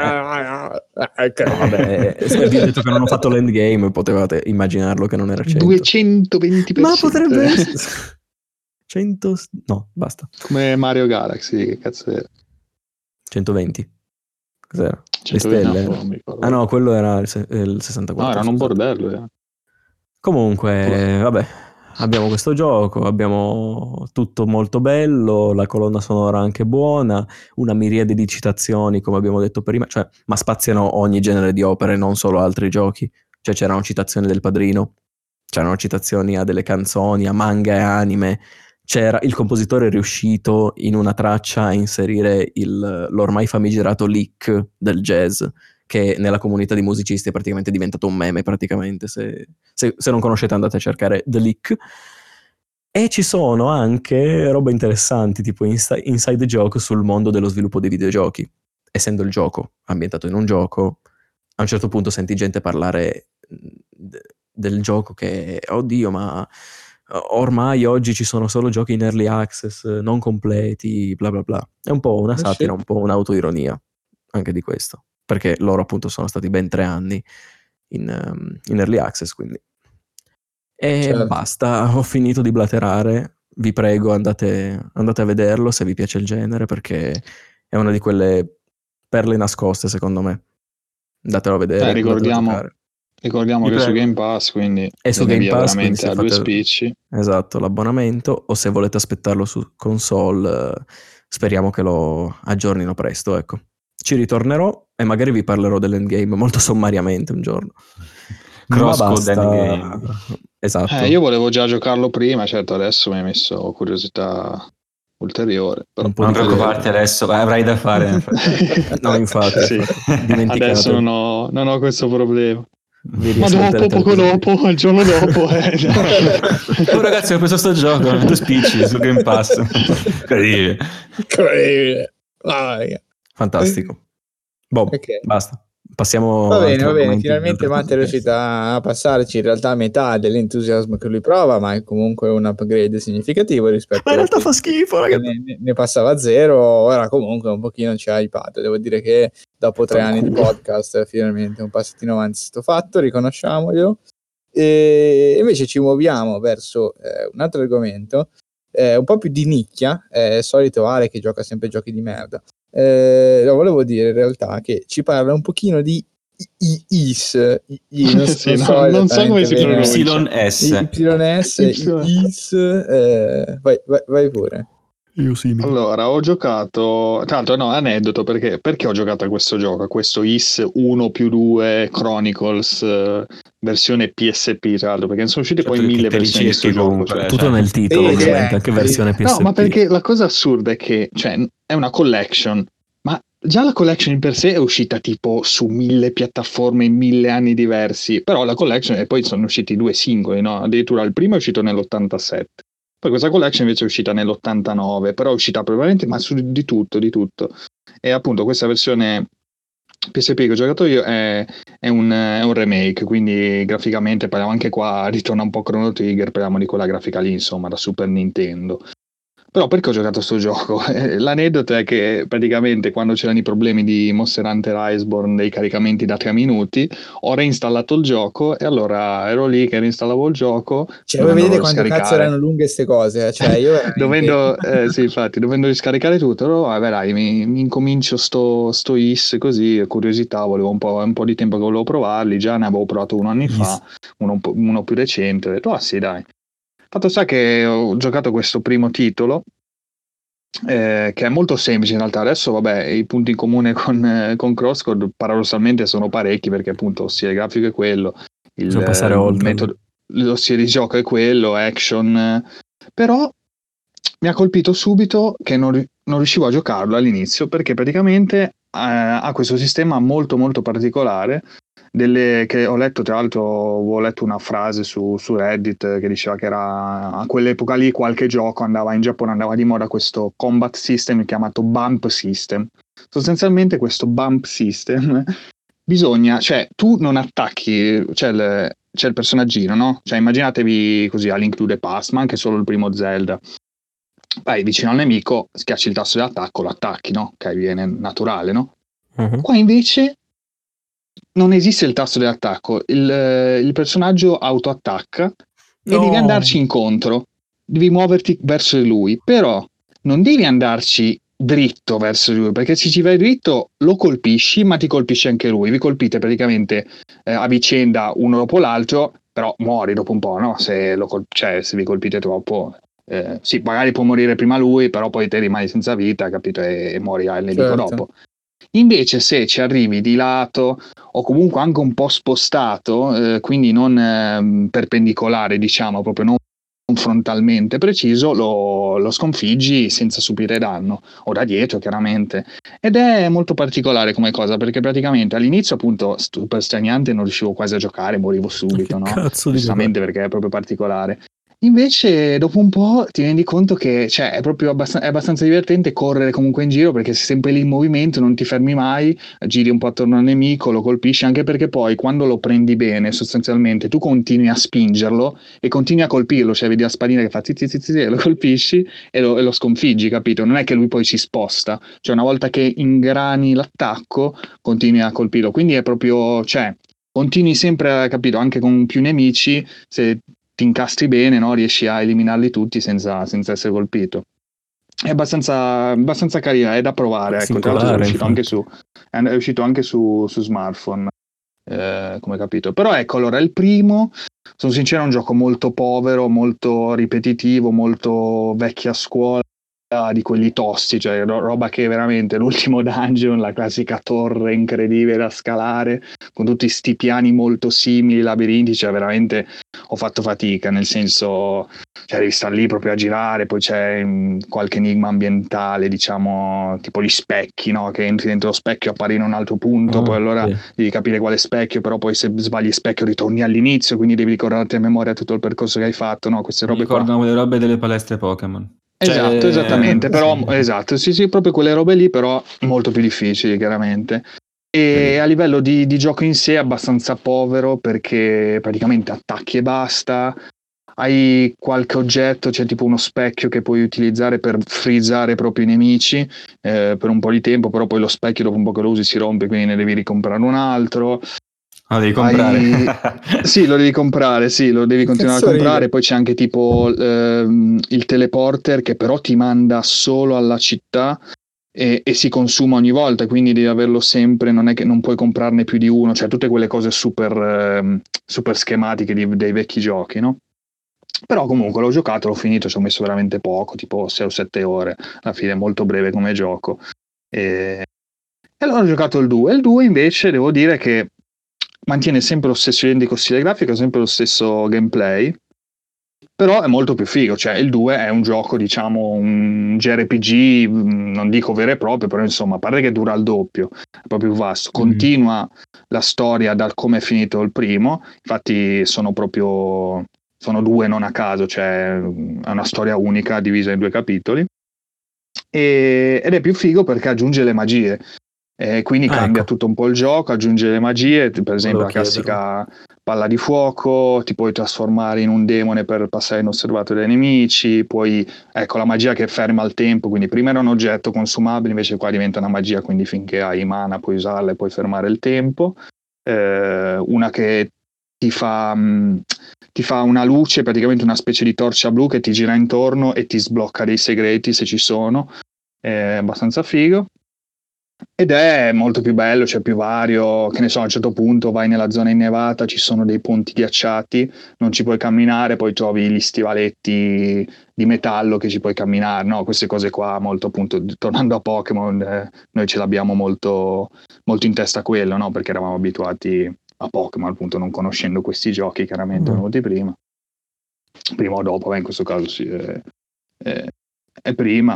Eh, ok. No, vabbè, se vi ho detto che non ho fatto l'endgame, potevate immaginarlo che non era cento. duecentoventi per Ma cento. potrebbe essere cento. No, basta. Come Mario Galaxy, che cazzo era? centoventi. Cos'era? Le centoventi, stelle? no, non mi ricordo. Ah no, quello era il, se- il sessantaquattro. No, erano un scusate. bordello. eh. Comunque, vabbè, abbiamo questo gioco, abbiamo tutto molto bello, la colonna sonora anche buona, una miriade di citazioni, come abbiamo detto prima, cioè, ma spaziano ogni genere di opere, non solo altri giochi. Cioè, c'erano citazioni del Padrino, c'erano citazioni a delle canzoni, a manga e anime. C'era il compositore è riuscito in una traccia a inserire il, l'ormai famigerato lick del jazz, che nella comunità di musicisti è praticamente diventato un meme, praticamente. Se, se, se non conoscete andate a cercare The Leak. E ci sono anche robe interessanti, tipo insta- inside joke sul mondo dello sviluppo dei videogiochi. Essendo il gioco ambientato in un gioco, a un certo punto senti gente parlare d- del gioco che, oddio, ma ormai oggi ci sono solo giochi in early access, non completi, bla bla bla. È un po' una Eh sì. satira, un po' un'autoironia anche di questo, perché loro appunto sono stati ben tre anni in, um, in early access, quindi. E Certo. basta, ho finito di blaterare, vi prego andate, andate a vederlo se vi piace il genere, perché è una di quelle perle nascoste secondo me. Andatelo a vedere, Eh, andatelo a ricordiamo giocare. ricordiamo Mi che è su prego. Game Pass, quindi È su viene Game via Pass, quindi veramente se a due fate spicci. esatto l'abbonamento, o se volete aspettarlo su console, eh, speriamo che lo aggiornino presto, ecco. Ci ritornerò e magari vi parlerò dell'endgame molto sommariamente un giorno. Ma Crosscode basta. endgame. Esatto. Eh, io volevo già giocarlo prima, certo adesso mi hai messo curiosità ulteriore. Però Un po' Non di preoccuparti adesso, avrai da fare. No, infatti, Sì. infatti. Dimenticate. Adesso non ho, non ho questo problema. Vi Ma riascolterete dopo, poco l'episodio. dopo, il giorno dopo. Eh. Oh ragazzi, ho preso sto gioco, due spicci su Game Pass. Incredibile. Incredibile. Ah, raga. Fantastico. Boh, Ok. basta. passiamo. Va altri bene, va bene, argomenti finalmente altrettanto Matt è interessanti. riuscita a passarci in realtà a metà dell'entusiasmo che lui prova, ma è comunque un upgrade significativo rispetto Ma in a realtà fa schifo, che ragazzi. ne, ne passava a zero, ora comunque un pochino ci ha hypato. Devo dire che dopo tre anni di Fanculo. podcast finalmente un passettino avanti è stato fatto, riconosciamoglielo. E invece ci muoviamo verso eh, un altro argomento, eh, un po' più di nicchia, è il solito Ale che gioca sempre giochi di merda. Eh, lo volevo dire in realtà che ci parla un pochino di I- Is, I- I- non, Sì, non no, so non so come esattamente si bene. pronuncia. Y S. Y S, Y. Is, eh, vai, vai, vai pure. Io sì. Allora, ho giocato, tra l'altro no, aneddoto, perché, perché ho giocato a questo gioco, a questo I S uno più due Chronicles, eh, versione P S P, tra l'altro, perché ne sono uscite Certo poi che mille te li versioni di sto cerchi gioco. comunque, Cioè. Tutto cioè. nel titolo, Sì, ovviamente, sì, anche sì. versione P S P. No, ma perché la cosa assurda è che, cioè, è una collection, ma già la collection in per sé è uscita tipo su mille piattaforme in mille anni diversi, però la collection, e poi sono usciti due singoli, no? Addirittura il primo è uscito nell'ottantasette. Poi questa collection invece è uscita nell'ottantanove, però è uscita probabilmente, ma su di tutto, di tutto. E appunto questa versione P S P che ho giocato io è, è, un, è un remake, quindi graficamente parliamo anche qua, ritorna un po' Chrono Trigger, parliamo di quella grafica lì, insomma, da Super Nintendo. Però perché ho giocato a sto gioco? L'aneddoto è che praticamente quando c'erano i problemi di Monster Hunter Iceborne dei caricamenti da tre minuti, ho reinstallato il gioco e allora ero lì che reinstallavo il gioco, Cioè, voi vedete dovendo quanto cazzo scaricare. erano lunghe ste cose, eh? Cioè io veramente... dovendo, eh, sì, infatti, dovendo riscaricare tutto, allora, vabbè, dai, mi, mi incomincio sto, sto I S così, curiosità, volevo un po', un po' di tempo che volevo provarli, già ne avevo provato uno anni Is. fa, uno, uno più recente, ho detto, ah sì, dai. Fatto sta che ho giocato questo primo titolo, eh, che è molto semplice in realtà. Adesso, vabbè, i punti in comune con, eh, con CrossCode paradossalmente sono parecchi, perché appunto sia il grafico è quello, il, Possiamo passare il oltre. metodo, lo stile di gioco è quello, action, eh, però mi ha colpito subito che non, ri- non riuscivo a giocarlo all'inizio, perché praticamente eh, ha questo sistema molto molto particolare, delle, che ho letto, tra l'altro ho letto una frase su, su Reddit che diceva che era a quell'epoca lì qualche gioco andava in Giappone, andava di moda questo combat system chiamato bump system. Sostanzialmente questo bump system bisogna, cioè tu non attacchi, c'è il, c'è il personaggino, no? Cioè immaginatevi così a Link to the Past, ma anche solo il primo Zelda. Vai vicino al nemico, schiacci il tasto di attacco, lo attacchi, no? Ok, viene naturale, no? Mhm. Qua invece non esiste il tasto dell'attacco, il, il personaggio autoattacca e No. devi andarci incontro, devi muoverti verso di lui, però non devi andarci dritto verso di lui, perché se ci vai dritto lo colpisci, ma ti colpisce anche lui, vi colpite praticamente eh, a vicenda uno dopo l'altro, però muori dopo un po', no? Se, lo col- cioè, se vi colpite troppo, eh, sì, magari può morire prima lui, però poi te rimani senza vita, capito? E, e morirà il nemico Certo. dopo. Invece se ci arrivi di lato o comunque anche un po' spostato, eh, quindi non eh, perpendicolare, diciamo, proprio non frontalmente preciso, lo, lo sconfiggi senza subire danno, o da dietro chiaramente. Ed è molto particolare come cosa, perché praticamente all'inizio appunto super straniante, non riuscivo quasi a giocare, morivo subito, Che no? cazzo di Giustamente perché è proprio particolare. Invece dopo un po' ti rendi conto che cioè, è proprio abbastan- è abbastanza divertente correre comunque in giro, perché sei sempre lì in movimento, non ti fermi mai, giri un po' attorno al nemico, lo colpisci, anche perché poi quando lo prendi bene sostanzialmente tu continui a spingerlo e continui a colpirlo, cioè vedi la spadina che fa zizi zizi e lo colpisci e lo, e lo sconfiggi, capito? Non è che lui poi si sposta, cioè una volta che ingrani l'attacco continui a colpirlo, quindi è proprio, cioè continui sempre, capito, anche con più nemici, se ti incastri bene, no? Riesci a eliminarli tutti senza, senza essere colpito. È abbastanza, abbastanza carina, è da provare, ecco. Tra l'altro è Singolare, uscito infatti. anche su, è uscito anche su, su smartphone, eh, come capito. Però ecco, allora il primo, sono sincero, è un gioco molto povero, molto ripetitivo, molto vecchia scuola, di quelli tosti, cioè ro- roba che veramente l'ultimo dungeon, la classica torre incredibile da scalare, con tutti sti piani molto simili, labirinti, cioè veramente ho fatto fatica, nel senso, cioè devi stare lì proprio a girare, poi c'è mh, qualche enigma ambientale, diciamo, tipo gli specchi, no? Che entri dentro lo specchio e appari in un altro punto, Ah, poi allora sì. devi capire quale specchio, però poi se sbagli specchio ritorni all'inizio, quindi devi ricordarti a memoria tutto il percorso che hai fatto, no? Queste Mi robe qua. ricordano quelle robe delle palestre Pokémon. Esatto, Cioè, esattamente, però sì. esatto, sì, sì, proprio quelle robe lì, però molto più difficili, chiaramente. E a livello di, di gioco in sé è abbastanza povero, perché praticamente attacchi e basta. Hai qualche oggetto, c'è tipo uno specchio che puoi utilizzare per frizzare proprio i nemici eh, per un po' di tempo, però poi lo specchio dopo un po' che lo usi si rompe, quindi ne devi ricomprare un altro. Lo devi comprare. Hai... Sì, lo devi comprare, sì, lo devi continuare a comprare. Poi c'è anche tipo ehm, il teleporter che però ti manda solo alla città e, e si consuma ogni volta, quindi devi averlo sempre, non è che non puoi comprarne più di uno, cioè tutte quelle cose super, ehm, super schematiche di- dei vecchi giochi, no? Però comunque l'ho giocato, l'ho finito, ci ho messo veramente poco, tipo sei o sette ore, alla fine è molto breve come gioco. E, e allora ho giocato il due. Il due invece devo dire che mantiene sempre lo stesso identico stile grafico, sempre lo stesso gameplay, però è molto più figo. Cioè il due è un gioco, diciamo, un J R P G, mh, non dico vero e proprio, però insomma, a parte che dura il doppio, è proprio più vasto, continua la storia da come è finito il primo, infatti sono proprio, sono due non a caso, cioè è una storia unica divisa in due capitoli, e- ed è più figo perché aggiunge le magie. E quindi Ah, cambia ecco. tutto un po' il gioco, aggiunge le magie, per esempio Volevo la classica palla di fuoco, ti puoi trasformare in un demone per passare inosservato dai nemici, poi ecco la magia che ferma il tempo, quindi prima era un oggetto consumabile, invece qua diventa una magia, quindi finché hai mana puoi usarla e puoi fermare il tempo. Eh, una che ti fa, mh, ti fa una luce, praticamente una specie di torcia blu che ti gira intorno e ti sblocca dei segreti se ci sono, è abbastanza figo. Ed è molto più bello, cioè più vario, che ne so, a un certo punto vai nella zona innevata, ci sono dei ponti ghiacciati, non ci puoi camminare, poi trovi gli stivaletti di metallo che ci puoi camminare, no? Queste cose qua, molto appunto, tornando a Pokémon, eh, noi ce l'abbiamo molto, molto in testa quello, no? Perché eravamo abituati a Pokémon, appunto, non conoscendo questi giochi chiaramente Mm. venuti prima. Prima o dopo, beh, in questo caso sì, è, è- è prima.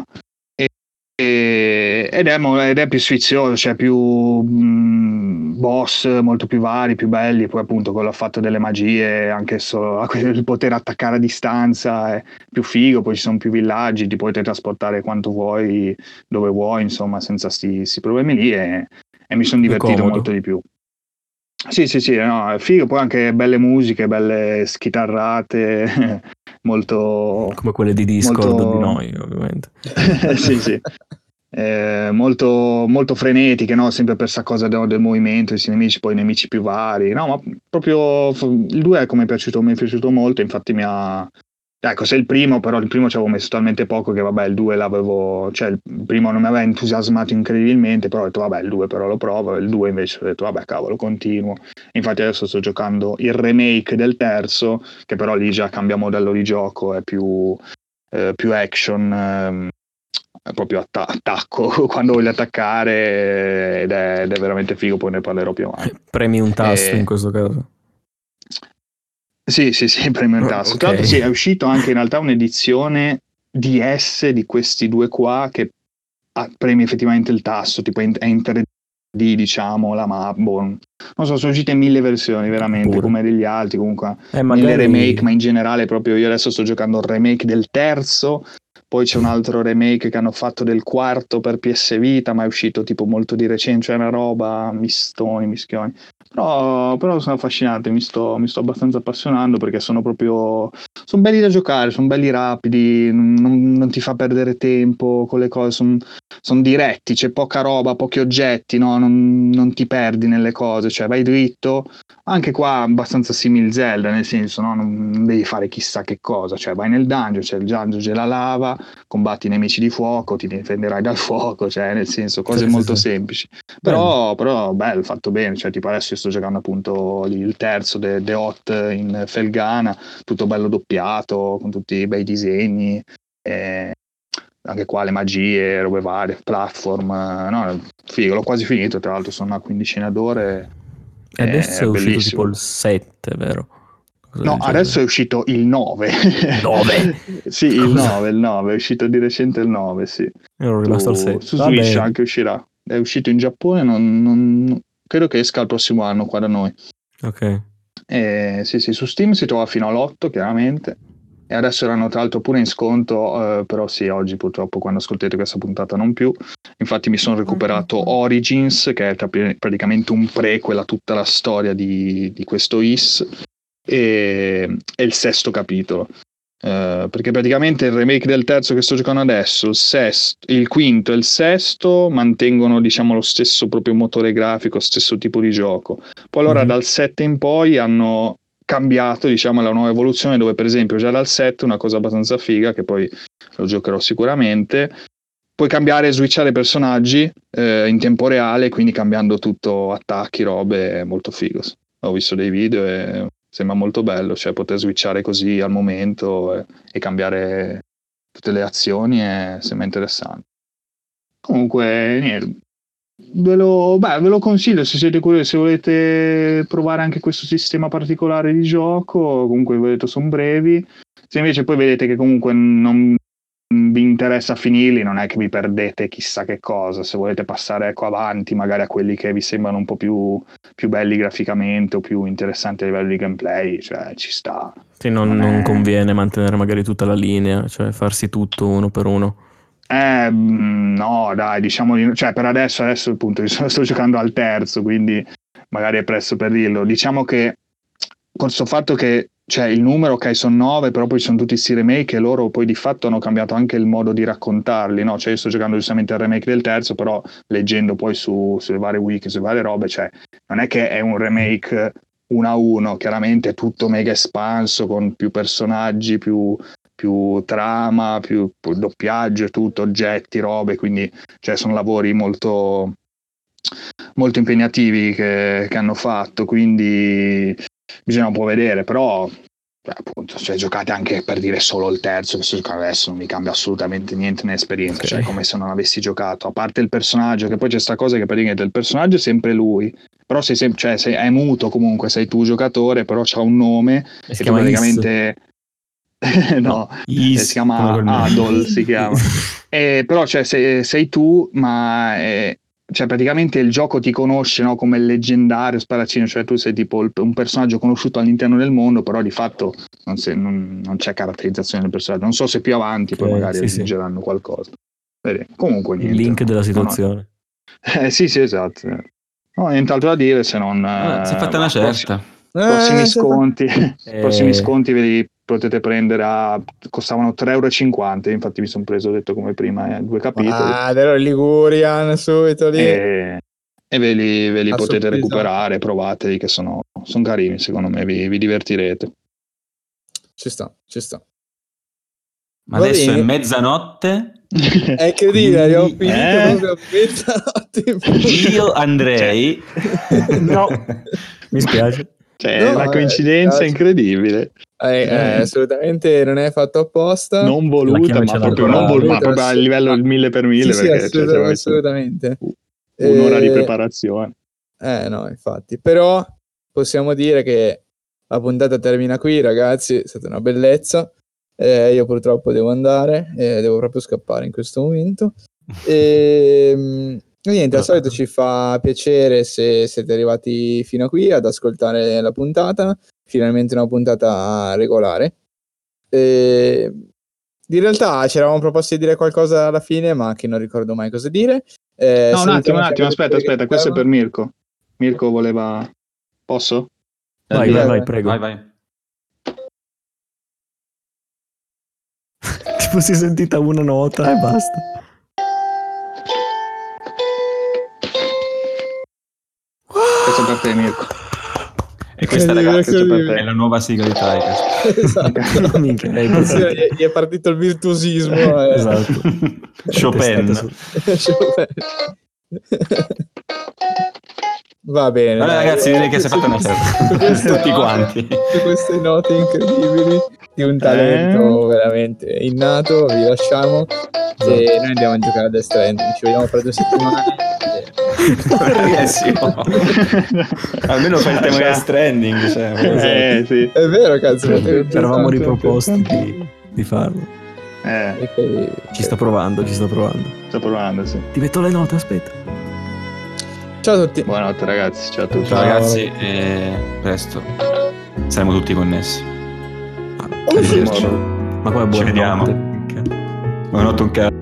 E- ed, è, mo- ed è più sfizioso, cioè più mh, boss molto più vari, più belli, poi appunto quello ha fatto delle magie, anche solo il poter attaccare a distanza è più figo, poi ci sono più villaggi, ti puoi trasportare quanto vuoi, dove vuoi, insomma, senza sti, sti problemi lì, e, e mi sono Più divertito comodo. molto di più. Sì, sì, sì, no, è figo, poi anche belle musiche, belle schitarrate, molto... Come quelle di Discord molto... di noi, ovviamente. sì, sì. Eh, molto, molto frenetiche, no? Sempre per sta cosa del, del movimento, i nemici, poi i nemici più vari, no? Ma proprio il due è come è piaciuto, mi è piaciuto molto, infatti mi ha... Ecco, se il primo, però il primo ci avevo messo talmente poco che vabbè, il due l'avevo, cioè il primo non mi aveva entusiasmato incredibilmente, però ho detto vabbè, il due però lo provo, il due invece ho detto vabbè, cavolo, continuo. Infatti adesso sto giocando il remake del terzo, che però lì già cambia modello di gioco, è più, eh, più action, ehm, è proprio atta- attacco quando voglio attaccare, ed è, ed è veramente figo, poi ne parlerò più avanti. Premi un tasto E- in questo caso. Sì, sì, sì, premi un tasto. Ok. Tra l'altro sì, è uscito anche in realtà un'edizione D S di questi due qua che ah, premi effettivamente il tasto, tipo è in, è in tre D, diciamo, la map, boh, non so, sono uscite mille versioni veramente, Pure. come degli altri, comunque Eh, nelle magari... remake, ma in generale proprio io adesso sto giocando il remake del terzo, poi c'è un altro remake che hanno fatto del quarto per P S Vita, ma è uscito tipo molto di recente, cioè una roba, mistoni, mischioni. Però, però sono affascinante, mi sto, mi sto abbastanza appassionando perché sono proprio, sono belli da giocare, sono belli rapidi, non, non ti fa perdere tempo con le cose, sono son diretti, c'è poca roba, pochi oggetti, no? non, non ti perdi nelle cose, cioè vai dritto. Anche qua abbastanza simile Zelda, nel senso, no? Non devi fare chissà che cosa, cioè vai nel dungeon, c'è il dungeon, c'è la lava, combatti i nemici di fuoco, ti difenderai dal fuoco, cioè nel senso, cose Sì, sì, molto sì. semplici. Bello. Però, però bello, fatto bene, cioè tipo adesso io sto giocando appunto il terzo The, The Hot in Felgana, tutto bello doppiato, con tutti i bei disegni, eh, anche qua le magie, robe varie, platform, eh, no, figo, l'ho quasi finito, tra l'altro sono una quindicina d'ore, E adesso è è uscito tipo bellissimo. il sette, vero? Cosa No, del adesso genere. è uscito il nove. nove? Sì, il Scusa. nove, il nove, è uscito di recente il nove, sì. Io ero rimasto al Su, sette. su Switch Vabbè, anche uscirà. È uscito in Giappone, non, non- credo che esca il prossimo anno qua da noi. ok. Eh, sì, sì, su Steam si trova fino all'otto, chiaramente. e adesso erano tra l'altro pure in sconto, eh, però sì, oggi purtroppo quando ascoltate questa puntata non più. Infatti mi sono recuperato Origins, che è praticamente un prequel a tutta la storia di, di questo Is, e è il sesto capitolo. Uh, perché praticamente il remake del terzo che sto giocando adesso, il sesto, il quinto e il sesto mantengono, diciamo, lo stesso proprio motore grafico, stesso tipo di gioco. Poi allora mm-hmm. dal sette in poi hanno cambiato, diciamo, la nuova evoluzione, dove per esempio già dal sette una cosa abbastanza figa, che poi lo giocherò sicuramente, puoi cambiare e switchare personaggi eh, in tempo reale, quindi cambiando tutto, attacchi, robe, è molto figo. Ho visto dei video e sembra molto bello, cioè poter switchare così al momento e, e cambiare tutte le azioni è, sembra interessante. Comunque niente, ve lo, beh, ve lo consiglio se siete curiosi, se volete provare anche questo sistema particolare di gioco. Comunque vedete sono brevi, se invece poi vedete che comunque non vi interessa finirli, non è che vi perdete chissà che cosa. Se volete passare ecco avanti magari a quelli che vi sembrano un po' più, più belli graficamente o più interessanti a livello di gameplay, cioè ci sta. Sì, non, non, non è... conviene mantenere magari tutta la linea, cioè farsi tutto uno per uno. Eh no, dai, diciamo di, cioè per adesso adesso appunto sto, sto giocando al terzo, quindi magari è presto per dirlo. Diciamo che con questo fatto che cioè il numero ok sono nove, però poi sono tutti questi remake e loro poi di fatto hanno cambiato anche il modo di raccontarli, no? Cioè io sto giocando giustamente il remake del terzo, però leggendo poi su, sulle varie wiki, sulle varie robe, cioè non è che è un remake uno a uno, chiaramente è tutto mega espanso con più personaggi, più, più trama, più, più doppiaggio, tutto, oggetti, robe, quindi cioè sono lavori molto molto impegnativi che, che hanno fatto, quindi bisogna un po' vedere, però beh, appunto, cioè, giocate anche per dire solo il terzo, che sto giocando adesso non mi cambia assolutamente niente nell'esperienza, okay. Cioè come se non avessi giocato, a parte il personaggio, che poi c'è sta cosa che praticamente il personaggio è sempre lui, però sei sempre, cioè sei, è muto comunque, sei tu giocatore, però c'ha un nome e che praticamente no, no Is, si chiama Adol, si chiama e, però cioè sei, sei tu, ma è, cioè praticamente il gioco ti conosce, no, come il leggendario sparaccino, cioè tu sei tipo il, un personaggio conosciuto all'interno del mondo, però di fatto non, se, non, non c'è caratterizzazione del personaggio. Non so se più avanti poi eh, magari sì, aggiungeranno sì. qualcosa. Vedete. Comunque niente. Il link della situazione. No, no. Eh, sì, sì, esatto. No, nient'altro da dire se non... Ah, eh, si è fatta una certa. Prossimi Eh, sconti, eh. prossimi sconti ve li potete prendere a costavano tre euro e cinquanta, infatti mi sono preso, ho detto come prima, eh, due capitoli. Ah, dello Ligurian subito lì. E, e ve li, ve li potete recuperare, provateli che sono, sono carini, secondo me vi, vi divertirete. Ci sta, ci sta. Ma Va adesso bene. È mezzanotte. È incredibile, abbiamo finito eh? proprio a mezzanotte. Io andrei. Cioè, no, mi spiace. Cioè, no, è una coincidenza eh, incredibile. Eh, eh, assolutamente non è fatto apposta. Non voluta, ma proprio, non voluta, ma proprio a livello del mille per mille. Sì, perché, sì, assolut- cioè, assolutamente. Un'ora eh, di preparazione. Eh no, infatti. Però possiamo dire che la puntata termina qui, ragazzi. È stata una bellezza. Eh, io purtroppo devo andare, eh, devo proprio scappare in questo momento. E niente, al solito ci fa piacere se siete arrivati fino a qui ad ascoltare la puntata. Finalmente una puntata regolare. E in realtà ci eravamo proposti di dire qualcosa alla fine, ma che non ricordo mai cosa dire. Eh, no, un attimo, un attimo, aspetta, aspetta, questo è per Mirko. Mirko voleva... Posso? Vai, vai, vai, prego. Vai, vai. Tipo si è sentita una nota e basta. Questo per te, Mirko. E questa ragazzi è la nuova sigla di Tricast. Esatto. Minchia, gli, gli è partito il virtuosismo. Eh. Esatto. Chopin. Chopin. Va bene. Allora, ragazzi, direi che si è fatta una certa. Tutti quanti. Su queste note incredibili di un talento eh. veramente innato, vi lasciamo. E noi andiamo a giocare a Death Stranding. Ci vediamo fra due settimane. Eh sì, no. Almeno fai il tema Death Stranding, cioè, eh, sì. È vero, cazzo. Eravamo riproposti di, di farlo. Eh. Okay. Ci sto provando, ci sto provando. Sto provando, sì. Ti metto le note, aspetta. Ciao a tutti. Buonanotte ragazzi, ciao a tutti. Ciao ragazzi, e presto saremo tutti connessi. Arrivederci. Ma come Ci buonanotte? vediamo. Buonanotte un cazzo.